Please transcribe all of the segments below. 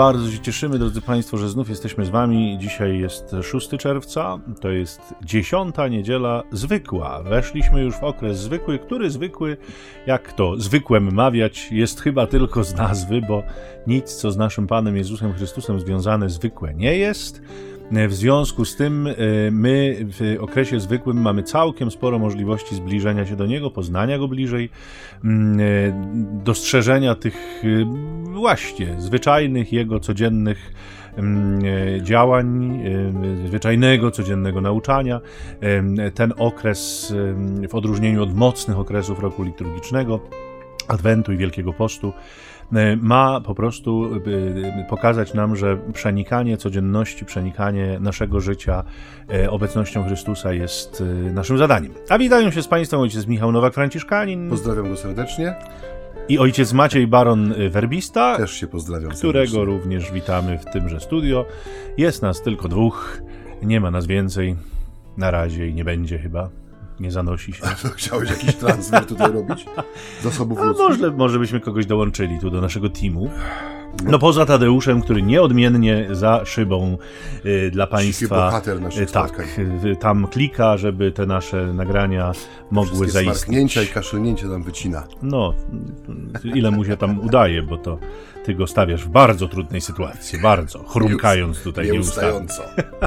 Bardzo się cieszymy, drodzy Państwo, że znów jesteśmy z Wami. Dzisiaj jest 6 czerwca, to jest 10. niedziela zwykła. Weszliśmy już w okres zwykły, który zwykły, jak to zwykłem mawiać, jest chyba tylko z nazwy, bo nic, co z naszym Panem Jezusem Chrystusem związane, zwykłe nie jest. W związku z tym my w okresie zwykłym mamy całkiem sporo możliwości zbliżenia się do Niego, poznania Go bliżej, dostrzeżenia tych właśnie zwyczajnych Jego codziennych działań, zwyczajnego, codziennego nauczania. Ten okres, w odróżnieniu od mocnych okresów roku liturgicznego, Adwentu i Wielkiego Postu, ma po prostu pokazać nam, że przenikanie codzienności, przenikanie naszego życia obecnością Chrystusa jest naszym zadaniem. A witają się z Państwem ojciec Michał Nowak-Franciszkanin. Pozdrawiam go serdecznie. I ojciec Maciej Baron-Werbista. Też się pozdrawiam którego serdecznie. Również witamy w tymże studio. Jest nas tylko dwóch, nie ma nas więcej. Na razie i nie będzie chyba. Nie zanosi się. Chciałeś jakiś transfer tutaj robić? Zasobów ludzkich? Może byśmy kogoś dołączyli tu do naszego teamu. No poza Tadeuszem, który nieodmiennie za szybą dla Państwa bohater naszych spotkań. Tam klika, żeby te nasze nagrania mogły wszystkie zaistnieć. Smarknięcia i kaszlnięcia tam wycina. No, ile mu się tam udaje, bo to ty go stawiasz w bardzo trudnej sytuacji, bardzo, chrumkając tutaj nieustająco.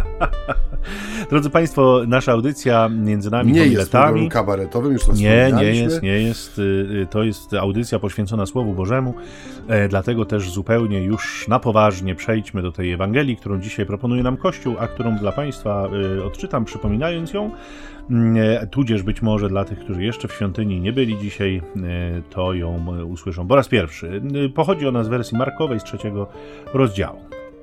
Drodzy Państwo, nasza audycja Między Nami nie Homiletami jest kabaretowym, już to nie jest. To jest audycja poświęcona Słowu Bożemu, dlatego też zupełnie już na poważnie przejdźmy do tej Ewangelii, którą dzisiaj proponuje nam Kościół, a którą dla Państwa odczytam, przypominając ją, tudzież być może dla tych, którzy jeszcze w świątyni nie byli dzisiaj, to ją usłyszą po raz pierwszy. Pochodzi ona z wersji Markowej z 3 rozdziału.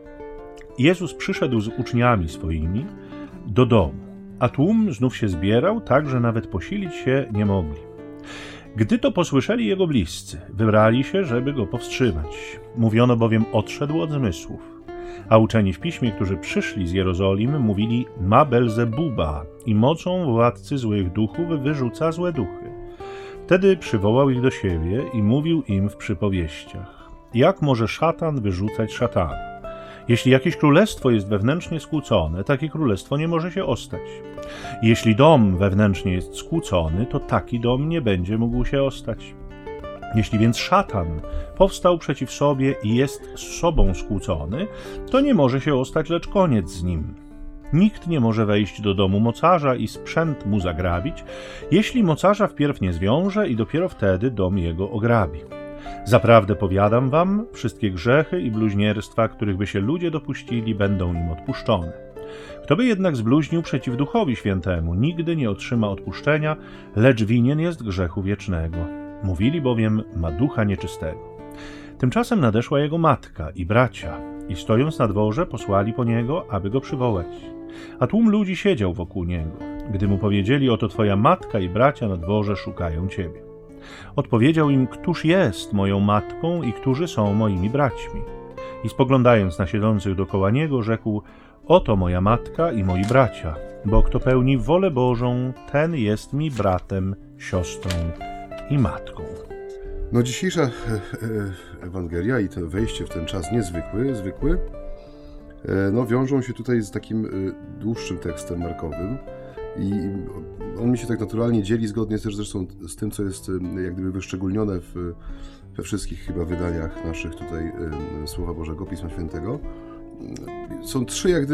Jezus przyszedł z uczniami swoimi do domu, a tłum znów się zbierał, tak że nawet posilić się nie mogli. Gdy to posłyszeli jego bliscy, wybrali się, żeby go powstrzymać. Mówiono bowiem, odszedł od zmysłów. A uczeni w piśmie, którzy przyszli z Jerozolimy, mówili, ma Belzebuba i mocą władcy złych duchów wyrzuca złe duchy. Wtedy przywołał ich do siebie i mówił im w przypowieściach. Jak może szatan wyrzucać szatana? Jeśli jakieś królestwo jest wewnętrznie skłócone, takie królestwo nie może się ostać. Jeśli dom wewnętrznie jest skłócony, to taki dom nie będzie mógł się ostać. Jeśli więc szatan powstał przeciw sobie i jest z sobą skłócony, to nie może się ostać, lecz koniec z nim. Nikt nie może wejść do domu mocarza i sprzęt mu zagrabić, jeśli mocarza wpierw nie zwiąże i dopiero wtedy dom jego ograbi. Zaprawdę powiadam wam, wszystkie grzechy i bluźnierstwa, których by się ludzie dopuścili, będą im odpuszczone. Kto by jednak zbluźnił przeciw Duchowi Świętemu, nigdy nie otrzyma odpuszczenia, lecz winien jest grzechu wiecznego. Mówili bowiem, ma ducha nieczystego. Tymczasem nadeszła jego matka i bracia i stojąc na dworze posłali po niego, aby go przywołać. A tłum ludzi siedział wokół niego. Gdy mu powiedzieli, oto twoja matka i bracia na dworze szukają ciebie. Odpowiedział im, któż jest moją matką i którzy są moimi braćmi. I spoglądając na siedzących dokoła niego, rzekł, oto moja matka i moi bracia, bo kto pełni wolę Bożą, ten jest mi bratem, siostrą i matką. No dzisiejsza Ewangelia i to wejście w ten czas zwykły, no wiążą się tutaj z takim dłuższym tekstem markowym i on mi się tak naturalnie dzieli, zgodnie też zresztą z tym, co jest jak gdyby wyszczególnione we wszystkich chyba wydaniach naszych tutaj Słowa Bożego, Pisma Świętego. Są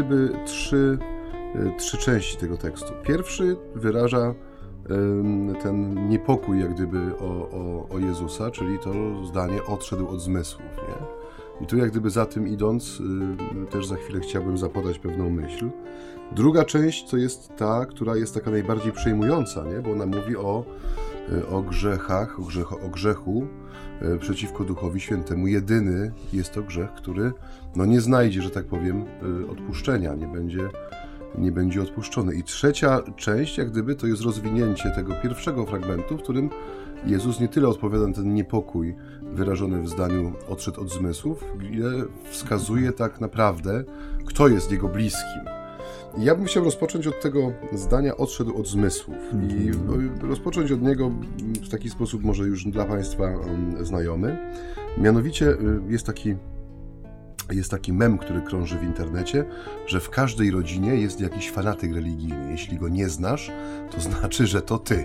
trzy części tego tekstu. Pierwszy wyraża ten niepokój jak gdyby o Jezusa, czyli to zdanie odszedł od zmysłów, nie? I tu jak gdyby za tym idąc, też za chwilę chciałbym zapodać pewną myśl. Druga część to jest ta, która jest taka najbardziej przejmująca, nie? Bo ona mówi o grzechach, o grzechu przeciwko Duchowi Świętemu. Jedyny jest to grzech, który nie znajdzie, że tak powiem, odpuszczenia, nie będzie odpuszczony. I trzecia część, jak gdyby, to jest rozwinięcie tego pierwszego fragmentu, w którym Jezus nie tyle odpowiada na ten niepokój wyrażony w zdaniu odszedł od zmysłów, ile wskazuje tak naprawdę, kto jest Jego bliskim. I ja bym chciał rozpocząć od tego zdania odszedł od zmysłów i rozpocząć od niego w taki sposób może już dla Państwa znajomy. Mianowicie jest taki Jest taki mem, który krąży w internecie, że w każdej rodzinie jest jakiś fanatyk religijny. Jeśli go nie znasz, to znaczy, że to ty.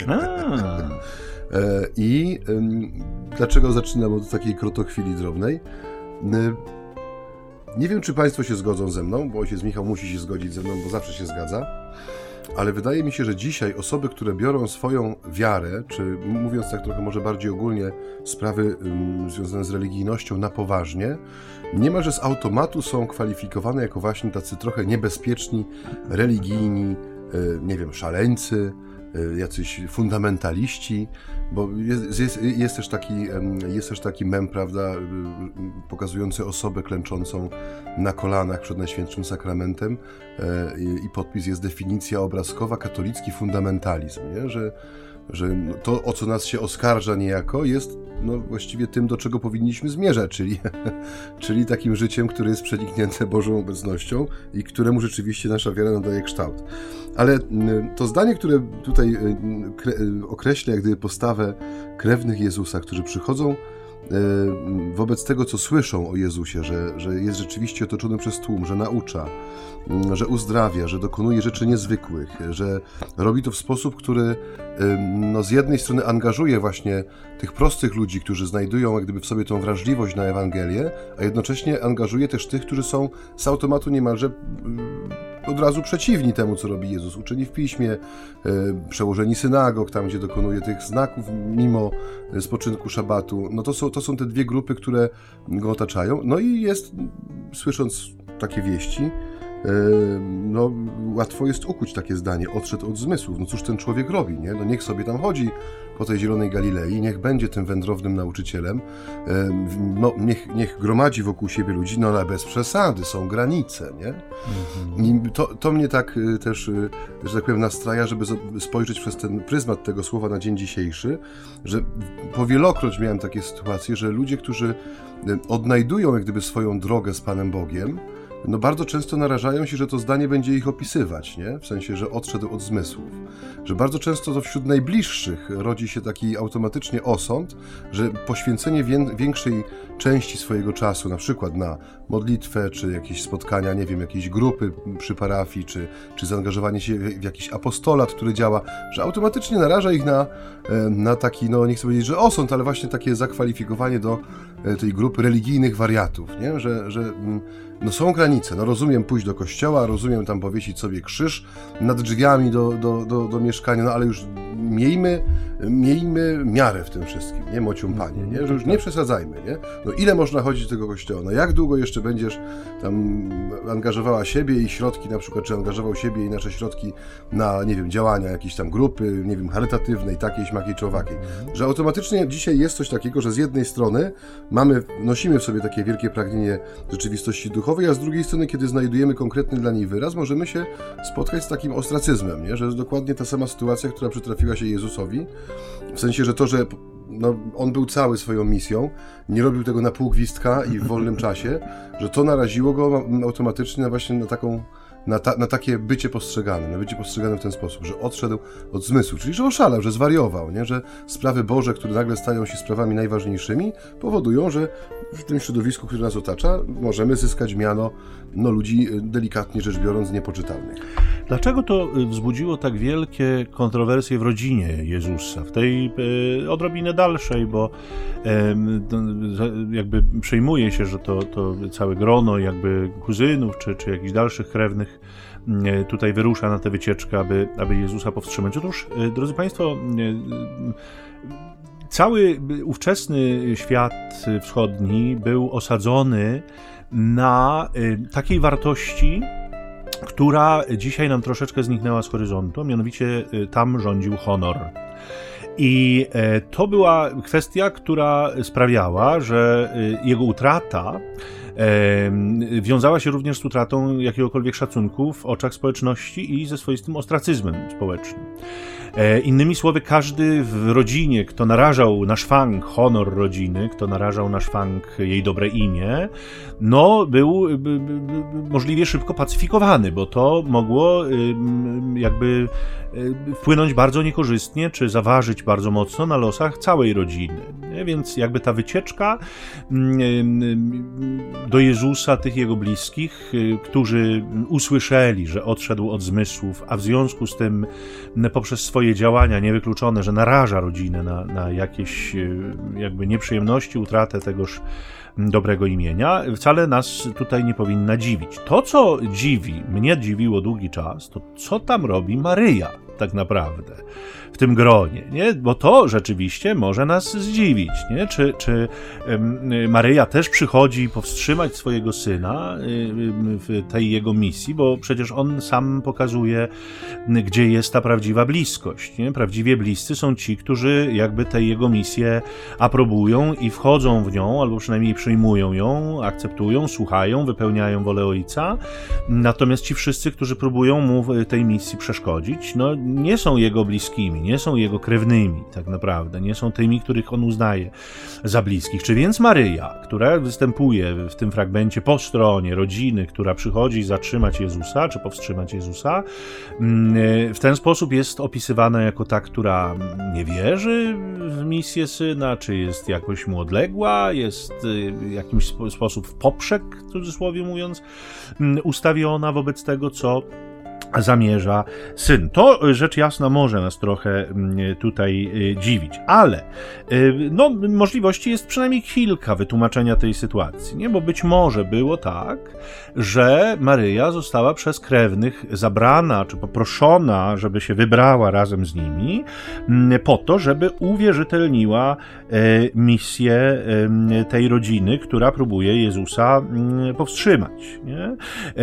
I dlaczego zaczynam od takiej krotochwili drobnej? Nie wiem, czy Państwo się zgodzą ze mną, bo ojciec Michał musi się zgodzić ze mną, bo zawsze się zgadza, ale wydaje mi się, że dzisiaj osoby, które biorą swoją wiarę, czy mówiąc tak trochę może bardziej ogólnie, sprawy związane z religijnością na poważnie, niemalże z automatu są kwalifikowane jako właśnie tacy trochę niebezpieczni, religijni, nie wiem, szaleńcy, jacyś fundamentaliści, bo jest też taki mem, prawda, pokazujący osobę klęczącą na kolanach przed Najświętszym Sakramentem i podpis jest definicja obrazkowa, katolicki fundamentalizm, nie? Że to, o co nas się oskarża niejako, jest właściwie tym, do czego powinniśmy zmierzać, czyli takim życiem, które jest przeniknięte Bożą obecnością i któremu rzeczywiście nasza wiara nadaje kształt. Ale to zdanie, które tutaj określa jak gdyby postawę krewnych Jezusa, którzy przychodzą wobec tego, co słyszą o Jezusie, że jest rzeczywiście otoczony przez tłum, że naucza, że uzdrawia, że dokonuje rzeczy niezwykłych, że robi to w sposób, który z jednej strony angażuje właśnie tych prostych ludzi, którzy znajdują jak gdyby w sobie tą wrażliwość na Ewangelię, a jednocześnie angażuje też tych, którzy są z automatu niemalże od razu przeciwni temu, co robi Jezus. Uczeni w Piśmie, przełożeni synagog, tam gdzie dokonuje tych znaków mimo spoczynku szabatu. To są te dwie grupy, które go otaczają. No i jest, słysząc takie wieści, łatwo jest ukuć takie zdanie, odszedł od zmysłów. Cóż ten człowiek robi, nie? Niech sobie tam chodzi po tej zielonej Galilei, niech będzie tym wędrownym nauczycielem, niech gromadzi wokół siebie ludzi, ale bez przesady, są granice, nie? I to mnie tak też, że tak powiem, nastraja, żeby spojrzeć przez ten pryzmat tego słowa na dzień dzisiejszy, że powielokroć miałem takie sytuacje, że ludzie, którzy odnajdują jak gdyby swoją drogę z Panem Bogiem, bardzo często narażają się, że to zdanie będzie ich opisywać, nie? W sensie, że odszedł od zmysłów. Że bardzo często to wśród najbliższych rodzi się taki automatycznie osąd, że poświęcenie większej części swojego czasu, na przykład na modlitwę, czy jakieś spotkania, nie wiem, jakiejś grupy przy parafii, czy zaangażowanie się w jakiś apostolat, który działa, że automatycznie naraża ich na taki, nie chcę powiedzieć, że osąd, ale właśnie takie zakwalifikowanie do tej grupy religijnych wariatów, nie? Że są granice, rozumiem pójść do kościoła, rozumiem tam powiesić sobie krzyż nad drzwiami do mieszkania, ale już miejmy miarę w tym wszystkim, nie, mocium panie, nie? Że już nie przesadzajmy, nie? Ile można chodzić do tego kościoła? Jak długo jeszcze będziesz tam angażowała siebie i środki na przykład, czy angażował siebie i nasze środki na, nie wiem, działania jakiejś tam grupy, nie wiem, charytatywnej, takiej, śmakiej czy owakiej. Że automatycznie dzisiaj jest coś takiego, że z jednej strony nosimy w sobie takie wielkie pragnienie rzeczywistości duchowej, a z drugiej strony, kiedy znajdujemy konkretny dla niej wyraz, możemy się spotkać z takim ostracyzmem, nie? Że jest dokładnie ta sama sytuacja, która przytrafiła się Jezusowi, w sensie, że to, że on był cały swoją misją, nie robił tego na pół gwizdka i w wolnym czasie, że to naraziło go automatycznie na takie bycie postrzeganym w ten sposób, że odszedł od zmysłu, czyli że oszalał, że zwariował, nie? Że sprawy Boże, które nagle stają się sprawami najważniejszymi, powodują, że w tym środowisku, które nas otacza, możemy zyskać miano ludzi, delikatnie rzecz biorąc, niepoczytalnych. Dlaczego to wzbudziło tak wielkie kontrowersje w rodzinie Jezusa, w tej odrobinę dalszej, bo jakby przejmuje się, że to całe grono jakby kuzynów, czy jakichś dalszych krewnych tutaj wyrusza na tę wycieczkę, aby Jezusa powstrzymać. Otóż, drodzy Państwo, cały ówczesny świat wschodni był osadzony na takiej wartości, która dzisiaj nam troszeczkę zniknęła z horyzontu, a mianowicie tam rządził honor. I to była kwestia, która sprawiała, że jego utrata wiązała się również z utratą jakiegokolwiek szacunku w oczach społeczności i ze swoistym ostracyzmem społecznym. Innymi słowy, każdy w rodzinie, kto narażał na szwank honor rodziny, kto narażał na szwank jej dobre imię, no był możliwie szybko pacyfikowany, bo to mogło jakby wpłynąć bardzo niekorzystnie, czy zaważyć bardzo mocno na losach całej rodziny. Więc jakby ta wycieczka do Jezusa, tych jego bliskich, którzy usłyszeli, że odszedł od zmysłów, a w związku z tym poprzez swoje działania niewykluczone, że naraża rodzinę na jakieś jakby nieprzyjemności, utratę tegoż dobrego imienia, wcale nas tutaj nie powinna dziwić. To, co mnie dziwiło długi czas, to co tam robi Maryja tak naprawdę w tym gronie, nie? Bo to rzeczywiście może nas zdziwić, nie? Czy Maryja też przychodzi powstrzymać swojego syna w tej jego misji, bo przecież on sam pokazuje, gdzie jest ta prawdziwa bliskość, nie? Prawdziwie bliscy są ci, którzy jakby tę jego misję aprobują i wchodzą w nią, albo przynajmniej przyjmują ją, akceptują, słuchają, wypełniają wolę Ojca, natomiast ci wszyscy, którzy próbują mu w tej misji przeszkodzić, no nie są jego bliskimi, nie są jego krewnymi tak naprawdę, nie są tymi, których on uznaje za bliskich. Czy więc Maryja, która występuje w tym fragmencie po stronie rodziny, która przychodzi zatrzymać Jezusa, czy powstrzymać Jezusa, w ten sposób jest opisywana jako ta, która nie wierzy w misję Syna, czy jest jakoś mu odległa, jest w jakimś sposób w poprzek, w cudzysłowie mówiąc, ustawiona wobec tego, co zamierza Syn. To rzecz jasna może nas trochę tutaj dziwić, ale no, możliwości jest przynajmniej kilka wytłumaczenia tej sytuacji, nie? Bo być może było tak, że Maryja została przez krewnych zabrana, czy poproszona, żeby się wybrała razem z nimi, po to, żeby uwierzytelniła misję tej rodziny, która próbuje Jezusa powstrzymać, nie?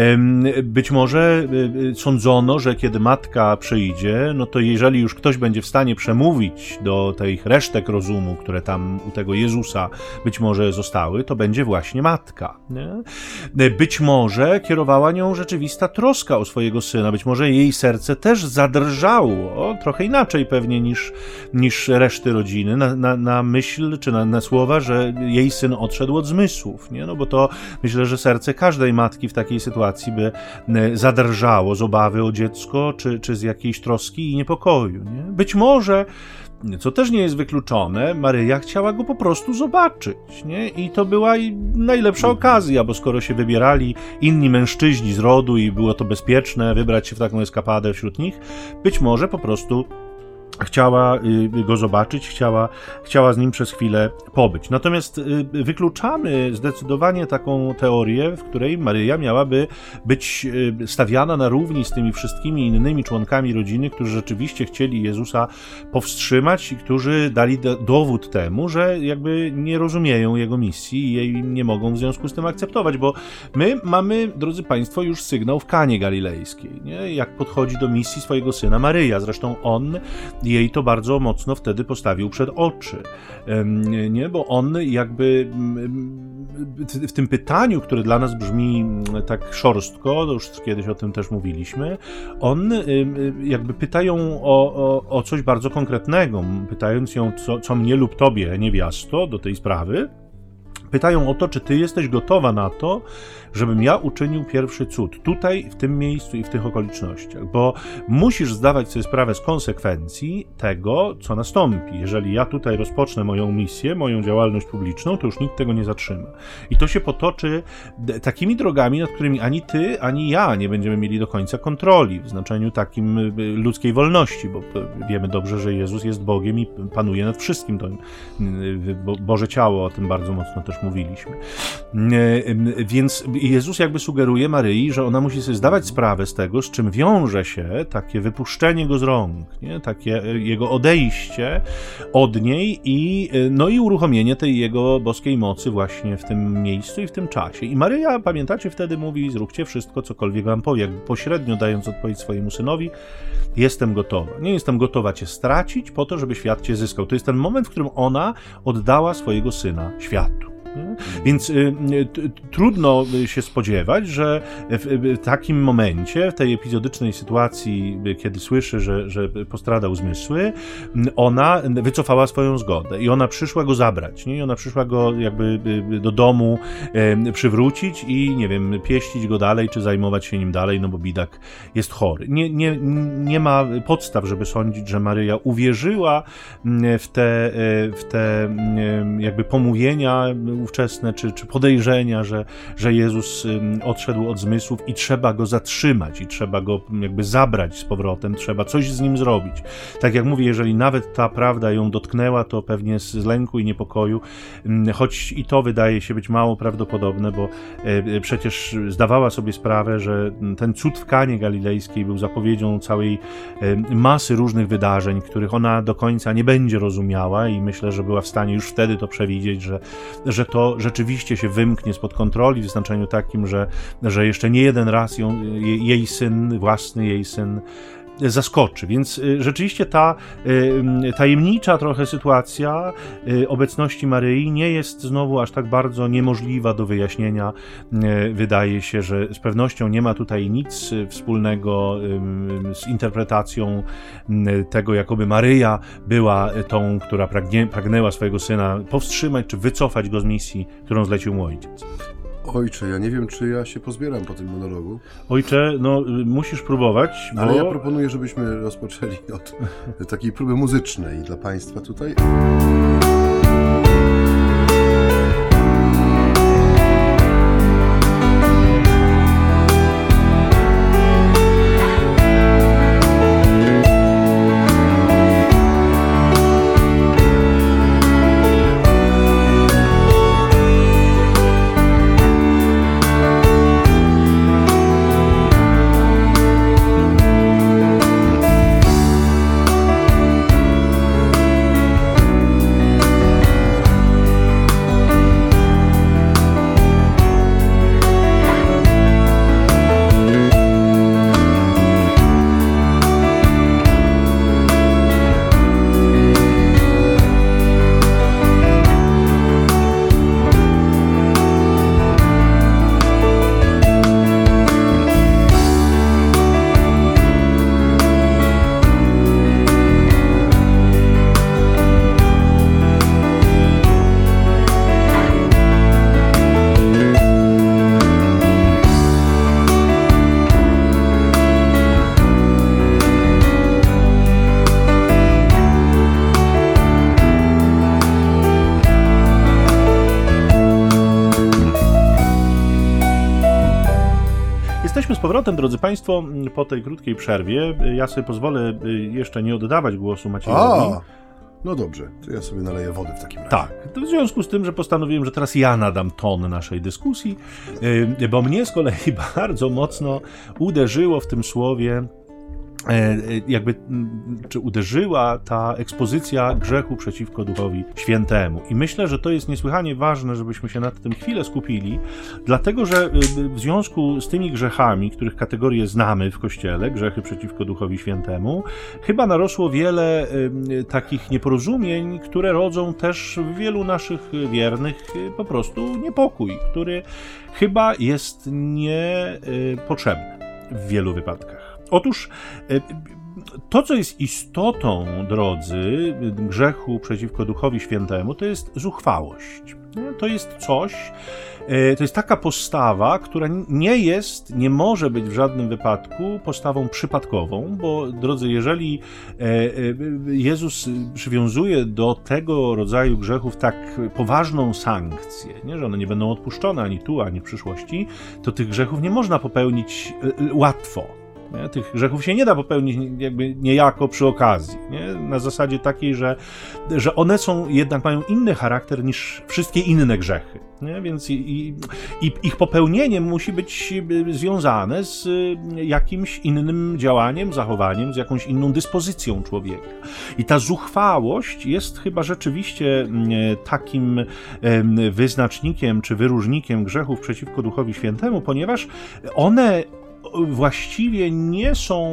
Być może sądzono, że kiedy matka przyjdzie, no to jeżeli już ktoś będzie w stanie przemówić do tych resztek rozumu, które tam u tego Jezusa być może zostały, to będzie właśnie matka, nie? Być może kierowała nią rzeczywista troska o swojego syna, być może jej serce też zadrżało, trochę inaczej pewnie niż reszty rodziny, na myśl czy na słowa, że jej syn odszedł od zmysłów, nie? No bo to myślę, że serce każdej matki w takiej sytuacji by zadrżało z obawy o dziecko, czy z jakiejś troski i niepokoju, nie? Być może, co też nie jest wykluczone, Maryja chciała go po prostu zobaczyć, nie? I to była najlepsza okazja, bo skoro się wybierali inni mężczyźni z rodu i było to bezpieczne wybrać się w taką eskapadę wśród nich, być może po prostu chciała go zobaczyć, chciała z nim przez chwilę pobyć. Natomiast wykluczamy zdecydowanie taką teorię, w której Maryja miałaby być stawiana na równi z tymi wszystkimi innymi członkami rodziny, którzy rzeczywiście chcieli Jezusa powstrzymać i którzy dali dowód temu, że jakby nie rozumieją jego misji i jej nie mogą w związku z tym akceptować, bo my mamy, drodzy Państwo, już sygnał w Kanie Galilejskiej, nie? Jak podchodzi do misji swojego syna Maryja. Zresztą on jej to bardzo mocno wtedy postawił przed oczy, nie? Bo on jakby w tym pytaniu, które dla nas brzmi tak szorstko, to już kiedyś o tym też mówiliśmy, on jakby pyta ją o coś bardzo konkretnego, pytając ją, co mnie lub tobie, niewiasto, do tej sprawy, pytają o to, czy ty jesteś gotowa na to, żebym ja uczynił pierwszy cud tutaj, w tym miejscu i w tych okolicznościach, bo musisz zdawać sobie sprawę z konsekwencji tego, co nastąpi. Jeżeli ja tutaj rozpocznę moją misję, moją działalność publiczną, to już nikt tego nie zatrzyma. I to się potoczy takimi drogami, nad którymi ani ty, ani ja nie będziemy mieli do końca kontroli, w znaczeniu takim ludzkiej wolności, bo wiemy dobrze, że Jezus jest Bogiem i panuje nad wszystkim. To Boże ciało, o tym bardzo mocno też mówiliśmy. Więc Jezus jakby sugeruje Maryi, że ona musi sobie zdawać sprawę z tego, z czym wiąże się takie wypuszczenie go z rąk, nie? Takie jego odejście od niej i uruchomienie tej jego boskiej mocy właśnie w tym miejscu i w tym czasie. I Maryja, pamiętacie, wtedy mówi: zróbcie wszystko, cokolwiek wam powie, jakby pośrednio dając odpowiedź swojemu synowi: jestem gotowa. Nie jestem gotowa cię stracić po to, żeby świat cię zyskał. To jest ten moment, w którym ona oddała swojego syna światu. Nie? Więc trudno się spodziewać, że w takim momencie, w tej epizodycznej sytuacji, kiedy słyszy, że postradał zmysły, ona wycofała swoją zgodę i ona przyszła go zabrać, nie? I ona przyszła go jakby do domu przywrócić i, nie wiem, pieścić go dalej, czy zajmować się nim dalej, no bo bidak jest chory. Nie ma podstaw, żeby sądzić, że Maryja uwierzyła w te jakby pomówienia ówczesne, czy podejrzenia, że Jezus odszedł od zmysłów i trzeba go zatrzymać, i trzeba go jakby zabrać z powrotem, trzeba coś z nim zrobić. Tak jak mówię, jeżeli nawet ta prawda ją dotknęła, to pewnie z lęku i niepokoju, choć i to wydaje się być mało prawdopodobne, bo przecież zdawała sobie sprawę, że ten cud w Kanie Galilejskiej był zapowiedzią całej masy różnych wydarzeń, których ona do końca nie będzie rozumiała i myślę, że była w stanie już wtedy to przewidzieć, że to rzeczywiście się wymknie spod kontroli w znaczeniu takim, że jeszcze nie jeden raz jej syn, własny jej syn zaskoczy. Więc rzeczywiście ta tajemnicza trochę sytuacja obecności Maryi nie jest znowu aż tak bardzo niemożliwa do wyjaśnienia. Wydaje się, że z pewnością nie ma tutaj nic wspólnego z interpretacją tego, jakoby Maryja była tą, która pragnęła swojego syna powstrzymać czy wycofać go z misji, którą zlecił mu ojciec. Ojcze, ja nie wiem, czy ja się pozbieram po tym monologu. Ojcze, no musisz próbować, bo... Ale ja proponuję, żebyśmy rozpoczęli od takiej próby muzycznej dla Państwa tutaj. Jesteśmy z powrotem, drodzy Państwo, po tej krótkiej przerwie. Ja sobie pozwolę jeszcze nie oddawać głosu Maciejowi. No dobrze, to ja sobie naleję wody w takim razie. Tak, to w związku z tym, że postanowiłem, że teraz ja nadam ton naszej dyskusji, bo mnie z kolei bardzo mocno uderzyło w tym słowie, czy uderzyła ta ekspozycja grzechu przeciwko Duchowi Świętemu. I myślę, że to jest niesłychanie ważne, żebyśmy się nad tym chwilę skupili, dlatego, że w związku z tymi grzechami, których kategorie znamy w Kościele, grzechy przeciwko Duchowi Świętemu, chyba narosło wiele takich nieporozumień, które rodzą też w wielu naszych wiernych po prostu niepokój, który chyba jest niepotrzebny w wielu wypadkach. Otóż to, co jest istotą, drodzy, grzechu przeciwko Duchowi Świętemu, to jest zuchwałość. To jest coś, to jest taka postawa, która nie może być w żadnym wypadku postawą przypadkową, bo, drodzy, jeżeli Jezus przywiązuje do tego rodzaju grzechów tak poważną sankcję, nie, że one nie będą odpuszczone ani tu, ani w przyszłości, to tych grzechów nie można popełnić łatwo. Nie? Tych grzechów się nie da popełnić jakby niejako przy okazji. Nie? Na zasadzie takiej, że one jednak mają inny charakter niż wszystkie inne grzechy. Nie? Więc ich popełnienie musi być związane z jakimś innym działaniem, zachowaniem, z jakąś inną dyspozycją człowieka. I ta zuchwałość jest chyba rzeczywiście takim wyznacznikiem czy wyróżnikiem grzechów przeciwko Duchowi Świętemu, ponieważ one właściwie nie są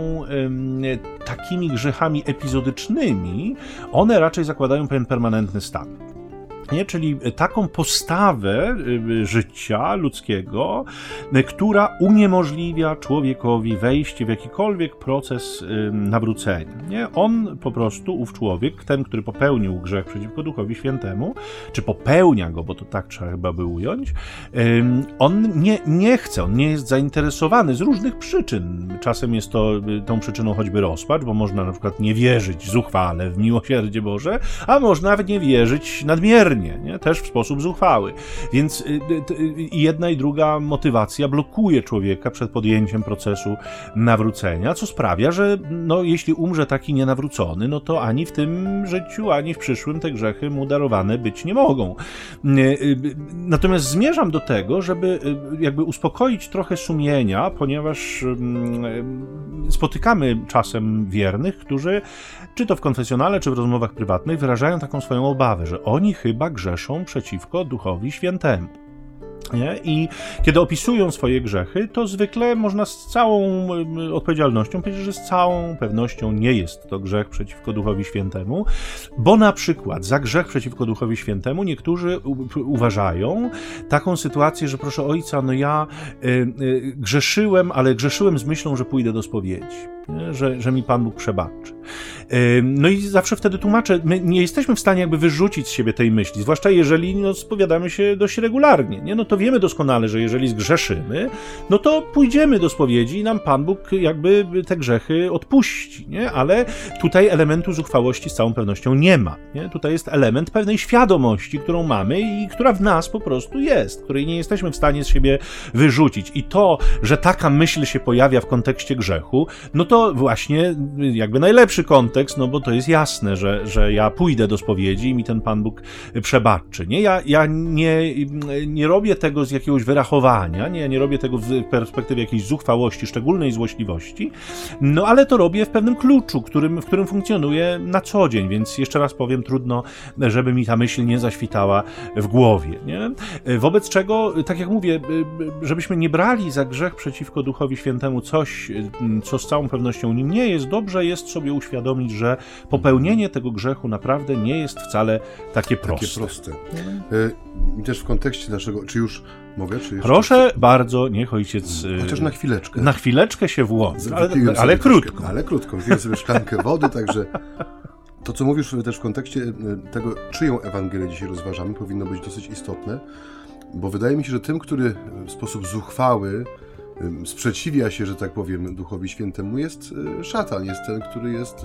takimi grzechami epizodycznymi, one raczej zakładają pewien permanentny stan. Nie? Czyli taką postawę życia ludzkiego, która uniemożliwia człowiekowi wejście w jakikolwiek proces nawrócenia. Nie? On po prostu, ów człowiek, ten, który popełnił grzech przeciwko Duchowi Świętemu, czy popełnia go, bo to tak trzeba chyba by ująć, on nie chce, on nie jest zainteresowany z różnych przyczyn. Czasem jest tą przyczyną choćby rozpacz, bo można na przykład nie wierzyć zuchwale w miłosierdzie Boże, a można nawet nie wierzyć nadmiernie, nie? Też w sposób zuchwały. Więc jedna i druga motywacja blokuje człowieka przed podjęciem procesu nawrócenia, co sprawia, że jeśli umrze taki nienawrócony, no to ani w tym życiu, ani w przyszłym te grzechy mu darowane być nie mogą. Natomiast zmierzam do tego, żeby jakby uspokoić trochę sumienia, ponieważ spotykamy czasem wiernych, którzy czy to w konfesjonale, czy w rozmowach prywatnych wyrażają taką swoją obawę, że oni chyba grzeszą przeciwko Duchowi Świętemu. Nie? I kiedy opisują swoje grzechy, to zwykle można z całą odpowiedzialnością powiedzieć, że z całą pewnością nie jest to grzech przeciwko Duchowi Świętemu, bo na przykład za grzech przeciwko Duchowi Świętemu niektórzy uważają taką sytuację, że proszę ojca, ja grzeszyłem, ale grzeszyłem z myślą, że pójdę do spowiedzi. Że mi Pan Bóg przebaczy. No i zawsze wtedy tłumaczę, my nie jesteśmy w stanie jakby wyrzucić z siebie tej myśli, zwłaszcza jeżeli spowiadamy się dość regularnie, nie? No to wiemy doskonale, że jeżeli zgrzeszymy, no to pójdziemy do spowiedzi i nam Pan Bóg jakby te grzechy odpuści, nie? Ale tutaj elementu zuchwałości z całą pewnością nie ma, nie? Tutaj jest element pewnej świadomości, którą mamy i która w nas po prostu jest, której nie jesteśmy w stanie z siebie wyrzucić. I to, że taka myśl się pojawia w kontekście grzechu, no to właśnie jakby najlepszy kontekst, no bo to jest jasne, że ja pójdę do spowiedzi i mi ten Pan Bóg przebaczy. Nie? Ja nie robię tego z jakiegoś wyrachowania, nie robię tego w perspektywie jakiejś zuchwałości, szczególnej złośliwości, no ale to robię w pewnym kluczu, w którym funkcjonuję na co dzień, więc jeszcze raz powiem, trudno, żeby mi ta myśl nie zaświtała w głowie. Nie? Wobec czego, tak jak mówię, żebyśmy nie brali za grzech przeciwko Duchowi Świętemu coś, co z całą pewnością nim nie jest, dobrze jest sobie uświadomić, że popełnienie tego grzechu naprawdę nie jest wcale takie proste. I też w kontekście naszego, czy już mogę? Czy proszę bardzo, niech ojciec... Chociaż na chwileczkę. Na chwileczkę się włączy, ale krótko. Ale krótko, wziąłem sobie szklankę wody, także to, co mówisz też w kontekście tego, czyją Ewangelię dzisiaj rozważamy, powinno być dosyć istotne, bo wydaje mi się, że tym, który w sposób zuchwały sprzeciwia się, że tak powiem, Duchowi Świętemu, jest szatan, jest ten, który jest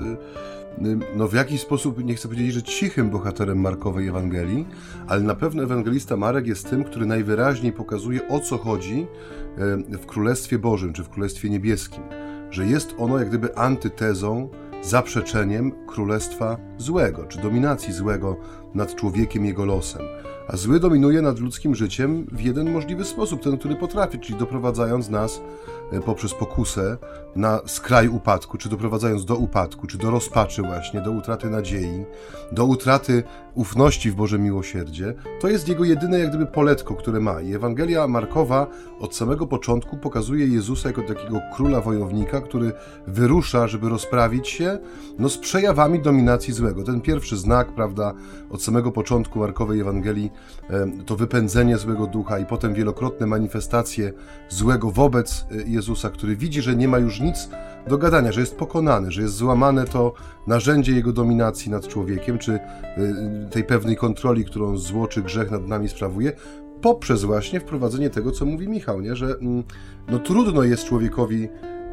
w jakiś sposób, nie chcę powiedzieć, że cichym bohaterem Markowej Ewangelii, ale na pewno ewangelista Marek jest tym, który najwyraźniej pokazuje, o co chodzi w Królestwie Bożym, czy w Królestwie Niebieskim, że jest ono jak gdyby antytezą, zaprzeczeniem Królestwa Złego, czy dominacji złego nad człowiekiem, jego losem. A zły dominuje nad ludzkim życiem w jeden możliwy sposób, ten, który potrafi, czyli doprowadzając nas poprzez pokusę na skraj upadku, czy doprowadzając do upadku, czy do rozpaczy właśnie, do utraty nadziei, do utraty ufności w Boże miłosierdzie. To jest jego jedyne jak gdyby poletko, które ma. I Ewangelia Markowa od samego początku pokazuje Jezusa jako takiego króla wojownika, który wyrusza, żeby rozprawić się z przejawami dominacji złego. Ten pierwszy znak, prawda, od samego początku Markowej Ewangelii, to wypędzenie złego ducha i potem wielokrotne manifestacje złego wobec Jezusa, który widzi, że nie ma już nic do gadania, że jest pokonany, że jest złamane to narzędzie jego dominacji nad człowiekiem, czy tej pewnej kontroli, którą zło czy grzech nad nami sprawuje, poprzez właśnie wprowadzenie tego, co mówi Michał, nie? Że trudno jest człowiekowi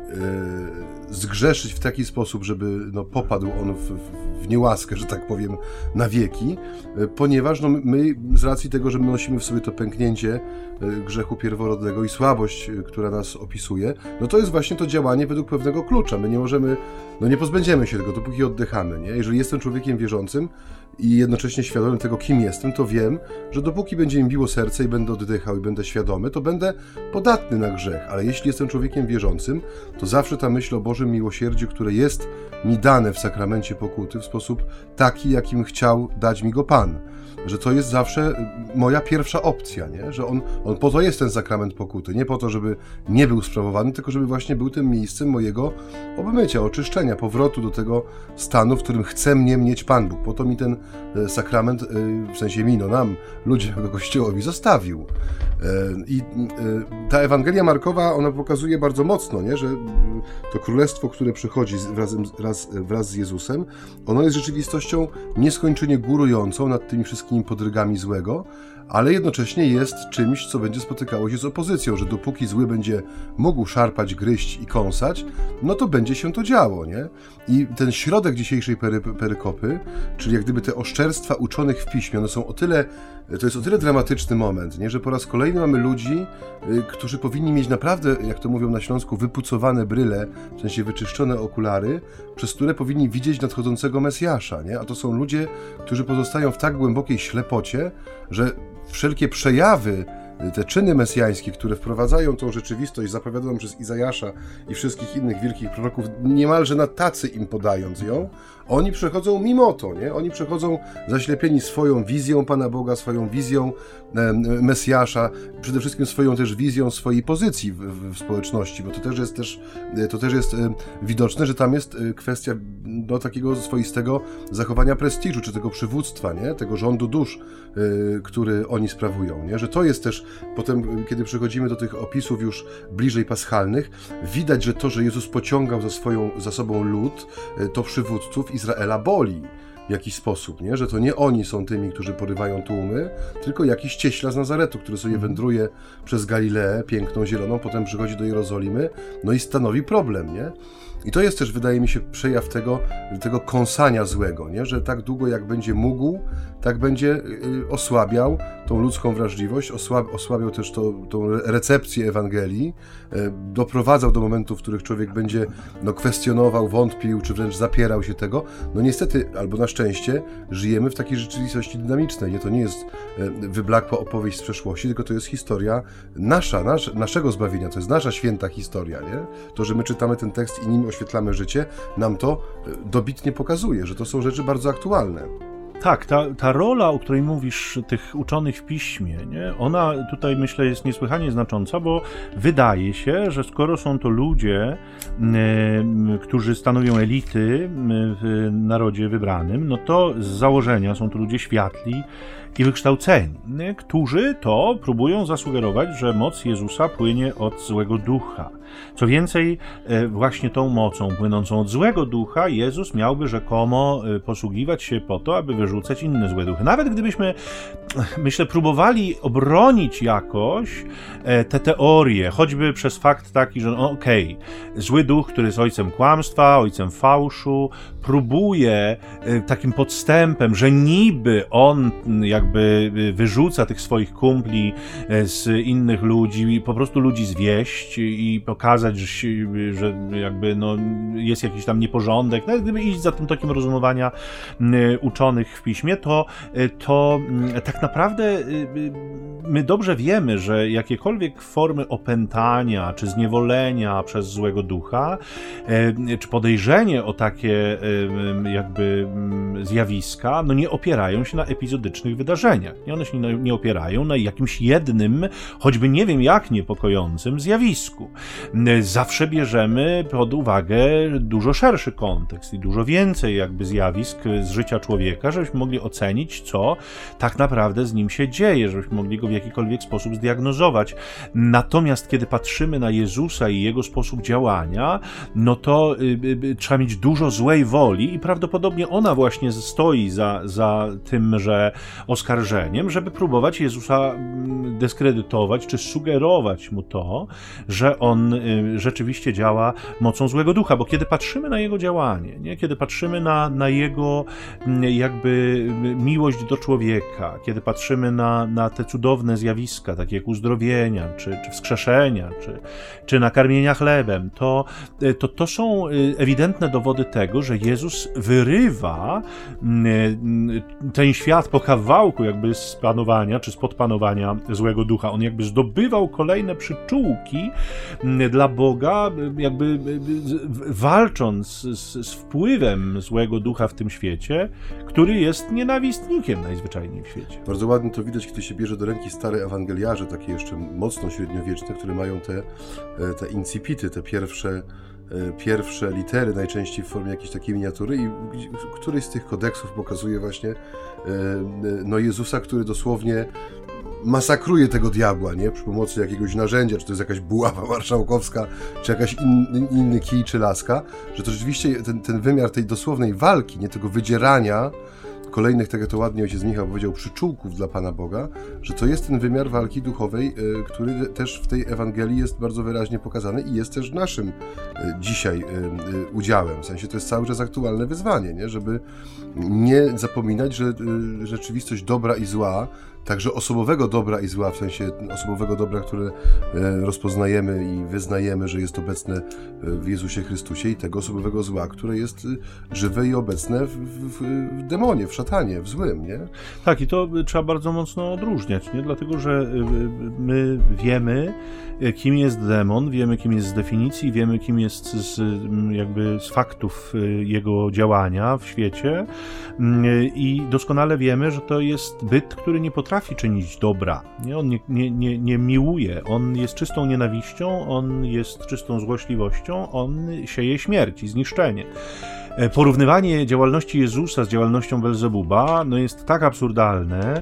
zgrzeszyć w taki sposób, żeby popadł on w niełaskę, że tak powiem, na wieki, ponieważ my z racji tego, że my nosimy w sobie to pęknięcie grzechu pierworodnego i słabość, która nas opisuje, to jest właśnie to działanie według pewnego klucza. My nie możemy, nie pozbędziemy się tego, dopóki oddychamy, nie? Jeżeli jestem człowiekiem wierzącym i jednocześnie świadomym tego, kim jestem, to wiem, że dopóki będzie mi biło serce i będę oddychał i będę świadomy, to będę podatny na grzech, ale jeśli jestem człowiekiem wierzącym, to zawsze ta myśl o Bożym miłosierdziu, które jest mi dane w sakramencie pokuty w sposób taki, jakim chciał dać mi go Pan. Że to jest zawsze moja pierwsza opcja, nie? Że on po to jest ten sakrament pokuty, nie po to, żeby nie był sprawowany, tylko żeby właśnie był tym miejscem mojego obmycia, oczyszczenia, powrotu do tego stanu, w którym chce mnie mieć Pan Bóg. Po to mi ten sakrament, w sensie nam, ludziom, Kościołowi zostawił. I ta Ewangelia Markowa, ona pokazuje bardzo mocno, nie, że to królestwo, które przychodzi wraz z Jezusem, ono jest rzeczywistością nieskończenie górującą nad tymi wszystkimi podrygami złego, ale jednocześnie jest czymś, co będzie spotykało się z opozycją, że dopóki zły będzie mógł szarpać, gryźć i kąsać, no to będzie się to działo, nie? I ten środek dzisiejszej perykopy, czyli jak gdyby te oszczerstwa uczonych w piśmie, one są to jest o tyle dramatyczny moment, nie? Że po raz kolejny mamy ludzi, którzy powinni mieć naprawdę, jak to mówią na Śląsku, wypucowane bryle, w sensie wyczyszczone okulary, przez które powinni widzieć nadchodzącego Mesjasza, nie? A to są ludzie, którzy pozostają w tak głębokiej ślepocie, że wszelkie przejawy, te czyny mesjańskie, które wprowadzają tą rzeczywistość zapowiadaną przez Izajasza i wszystkich innych wielkich proroków, niemalże na tacy im podając ją, oni przechodzą mimo to, nie? Oni przechodzą zaślepieni swoją wizją Pana Boga, swoją wizją Mesjasza, przede wszystkim swoją też wizją swojej pozycji w społeczności, bo to też jest widoczne, że tam jest kwestia do takiego swoistego zachowania prestiżu, czy tego przywództwa, nie? Tego rządu dusz, który oni sprawują, nie? Że to jest też potem, kiedy przechodzimy do tych opisów już bliżej paschalnych, widać, że to, że Jezus pociągał za sobą lud, to przywódców Izraela boli w jakiś sposób, nie? Że to nie oni są tymi, którzy porywają tłumy, tylko jakiś cieśla z Nazaretu, który sobie wędruje przez Galileę, piękną, zieloną, potem przychodzi do Jerozolimy, no i stanowi problem, nie? I to jest też, wydaje mi się, przejaw tego kąsania złego, nie? Że tak długo jak będzie mógł, tak będzie osłabiał tą ludzką wrażliwość, osłabiał też tą recepcję Ewangelii, doprowadzał do momentów, w których człowiek będzie kwestionował, wątpił, czy wręcz zapierał się tego. No niestety, albo na szczęście, żyjemy w takiej rzeczywistości dynamicznej, nie? To nie jest wyblakła opowieść z przeszłości, tylko to jest historia naszego zbawienia, to jest nasza święta historia, nie? To, że my czytamy ten tekst i nim oświetlamy życie, nam to dobitnie pokazuje, że to są rzeczy bardzo aktualne. Tak, ta rola, o której mówisz, tych uczonych w piśmie, nie? Ona tutaj, myślę, jest niesłychanie znacząca, bo wydaje się, że skoro są to ludzie, którzy stanowią elity w narodzie wybranym, no to z założenia są to ludzie światli i wykształceni, którzy to próbują zasugerować, że moc Jezusa płynie od złego ducha. Co więcej, właśnie tą mocą płynącą od złego ducha Jezus miałby rzekomo posługiwać się po to, aby wyrzucać inne złe duchy. Nawet gdybyśmy, myślę, próbowali obronić jakoś te teorie, choćby przez fakt taki, że zły duch, który jest ojcem kłamstwa, ojcem fałszu, próbuje takim podstępem, że niby on jakby wyrzuca tych swoich kumpli z innych ludzi, po prostu ludzi zwieść i pokazać, że jakby jest jakiś tam nieporządek, nawet gdyby iść za tym tokiem rozumowania uczonych w piśmie, to tak naprawdę my dobrze wiemy, że jakiekolwiek formy opętania, czy zniewolenia przez złego ducha, czy podejrzenie o takie jakby zjawiska, nie opierają się na epizodycznych wydarzeniach. One się nie opierają na jakimś jednym, choćby nie wiem jak niepokojącym zjawisku. Zawsze bierzemy pod uwagę dużo szerszy kontekst i dużo więcej jakby zjawisk z życia człowieka, żebyśmy mogli ocenić, co tak naprawdę z nim się dzieje, żebyśmy mogli go w jakikolwiek sposób zdiagnozować. Natomiast kiedy patrzymy na Jezusa i jego sposób działania, no to trzeba mieć dużo złej woli i prawdopodobnie ona właśnie stoi za tymże oskarżeniem, żeby próbować Jezusa dyskredytować, czy sugerować mu to, że on rzeczywiście działa mocą złego ducha, bo kiedy patrzymy na jego działanie, nie? Kiedy patrzymy na jego jakby miłość do człowieka, kiedy patrzymy na te cudowne zjawiska, takie jak uzdrowienia, czy wskrzeszenia, czy nakarmienia chlebem, to są ewidentne dowody tego, że Jezus wyrywa ten świat po kawałku jakby z panowania, czy spod panowania złego ducha. On jakby zdobywał kolejne przyczółki dla Boga, jakby walcząc z wpływem złego ducha w tym świecie, który jest nienawistnikiem najzwyczajniej w świecie. Bardzo ładnie to widać, kiedy się bierze do ręki stare ewangeliarze, takie jeszcze mocno średniowieczne, które mają te incipity, te pierwsze pierwsze litery, najczęściej w formie jakiejś takiej miniatury, i któryś z tych kodeksów pokazuje właśnie Jezusa, który dosłownie masakruje tego diabła, nie? Przy pomocy jakiegoś narzędzia, czy to jest jakaś buława marszałkowska, czy jakaś inny kij, czy laska, że to rzeczywiście ten wymiar tej dosłownej walki, nie, tego wydzierania kolejnych, tak jak to ładnie ojciec Michał powiedział, przyczółków dla Pana Boga, że to jest ten wymiar walki duchowej, który też w tej Ewangelii jest bardzo wyraźnie pokazany i jest też naszym dzisiaj udziałem. W sensie to jest cały czas aktualne wyzwanie, nie? Żeby nie zapominać, że rzeczywistość dobra i zła, także osobowego dobra i zła, w sensie osobowego dobra, które rozpoznajemy i wyznajemy, że jest obecne w Jezusie Chrystusie, i tego osobowego zła, które jest żywe i obecne w demonie, w szatanie, w złym, nie? Tak, i to trzeba bardzo mocno odróżniać, nie? Dlatego, że my wiemy, kim jest demon, wiemy, kim jest z definicji, wiemy, kim jest z faktów jego działania w świecie, i doskonale wiemy, że to jest byt, który nie potrafi czynić dobra. Nie? On nie miłuje, on jest czystą nienawiścią, on jest czystą złośliwością, on sieje śmierć i zniszczenie. Porównywanie działalności Jezusa z działalnością Belzebuba jest tak absurdalne,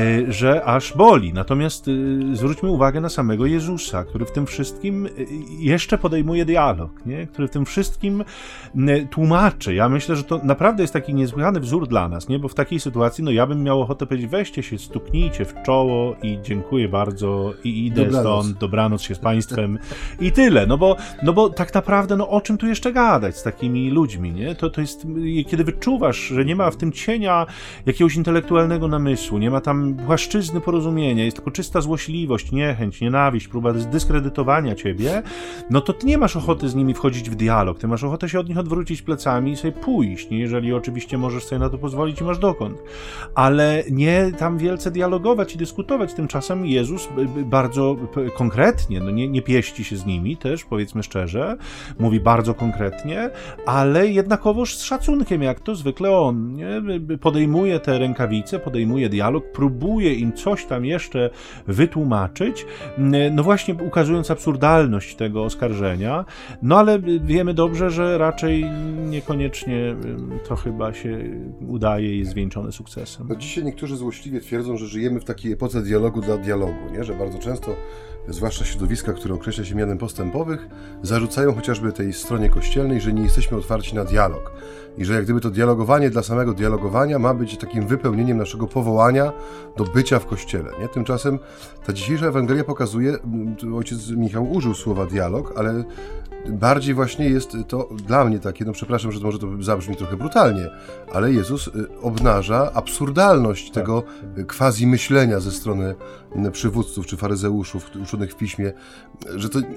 że aż boli. Natomiast zwróćmy uwagę na samego Jezusa, który w tym wszystkim jeszcze podejmuje dialog, nie? Który w tym wszystkim tłumaczy. Ja myślę, że to naprawdę jest taki niesłychany wzór dla nas, nie? Bo w takiej sytuacji ja bym miał ochotę powiedzieć: weźcie się, stuknijcie w czoło i dziękuję bardzo i idę stąd, dobranoc się z Państwem i tyle. No bo tak naprawdę o czym tu jeszcze gadać z takimi ludźmi, nie? To jest, kiedy wyczuwasz, że nie ma w tym cienia jakiegoś intelektualnego namysłu, nie ma tam płaszczyzny porozumienia, jest tylko czysta złośliwość, niechęć, nienawiść, próba dyskredytowania ciebie, to ty nie masz ochoty z nimi wchodzić w dialog, ty masz ochotę się od nich odwrócić plecami i sobie pójść, nie? Jeżeli oczywiście możesz sobie na to pozwolić i masz dokąd. Ale nie tam wielce dialogować i dyskutować. Tymczasem Jezus bardzo konkretnie, nie pieści się z nimi też, powiedzmy szczerze, mówi bardzo konkretnie, ale jednakowoż z szacunkiem, jak to zwykle on, nie? Podejmuje te rękawice, podejmuje dialog, próbuje im coś tam jeszcze wytłumaczyć, właśnie ukazując absurdalność tego oskarżenia, ale wiemy dobrze, że raczej niekoniecznie to chyba się udaje i jest zwieńczone sukcesem. Dzisiaj niektórzy złośliwie twierdzą, że żyjemy w takiej epoce dialogu dla dialogu, nie? Że bardzo często, zwłaszcza środowiska, które określa się mianem postępowych, zarzucają chociażby tej stronie kościelnej, że nie jesteśmy otwarci na dialog i że jak gdyby to dialogowanie dla samego dialogowania ma być takim wypełnieniem naszego powołania do bycia w Kościele, nie? Tymczasem ta dzisiejsza Ewangelia pokazuje, ojciec Michał użył słowa dialog, ale bardziej właśnie jest to dla mnie takie, przepraszam, że to może to zabrzmi trochę brutalnie, ale Jezus obnaża absurdalność tego quasi myślenia ze strony przywódców czy faryzeuszów uczonych w piśmie, że to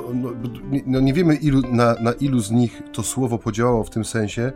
nie wiemy na ilu z nich to słowo podziałało w tym sensie,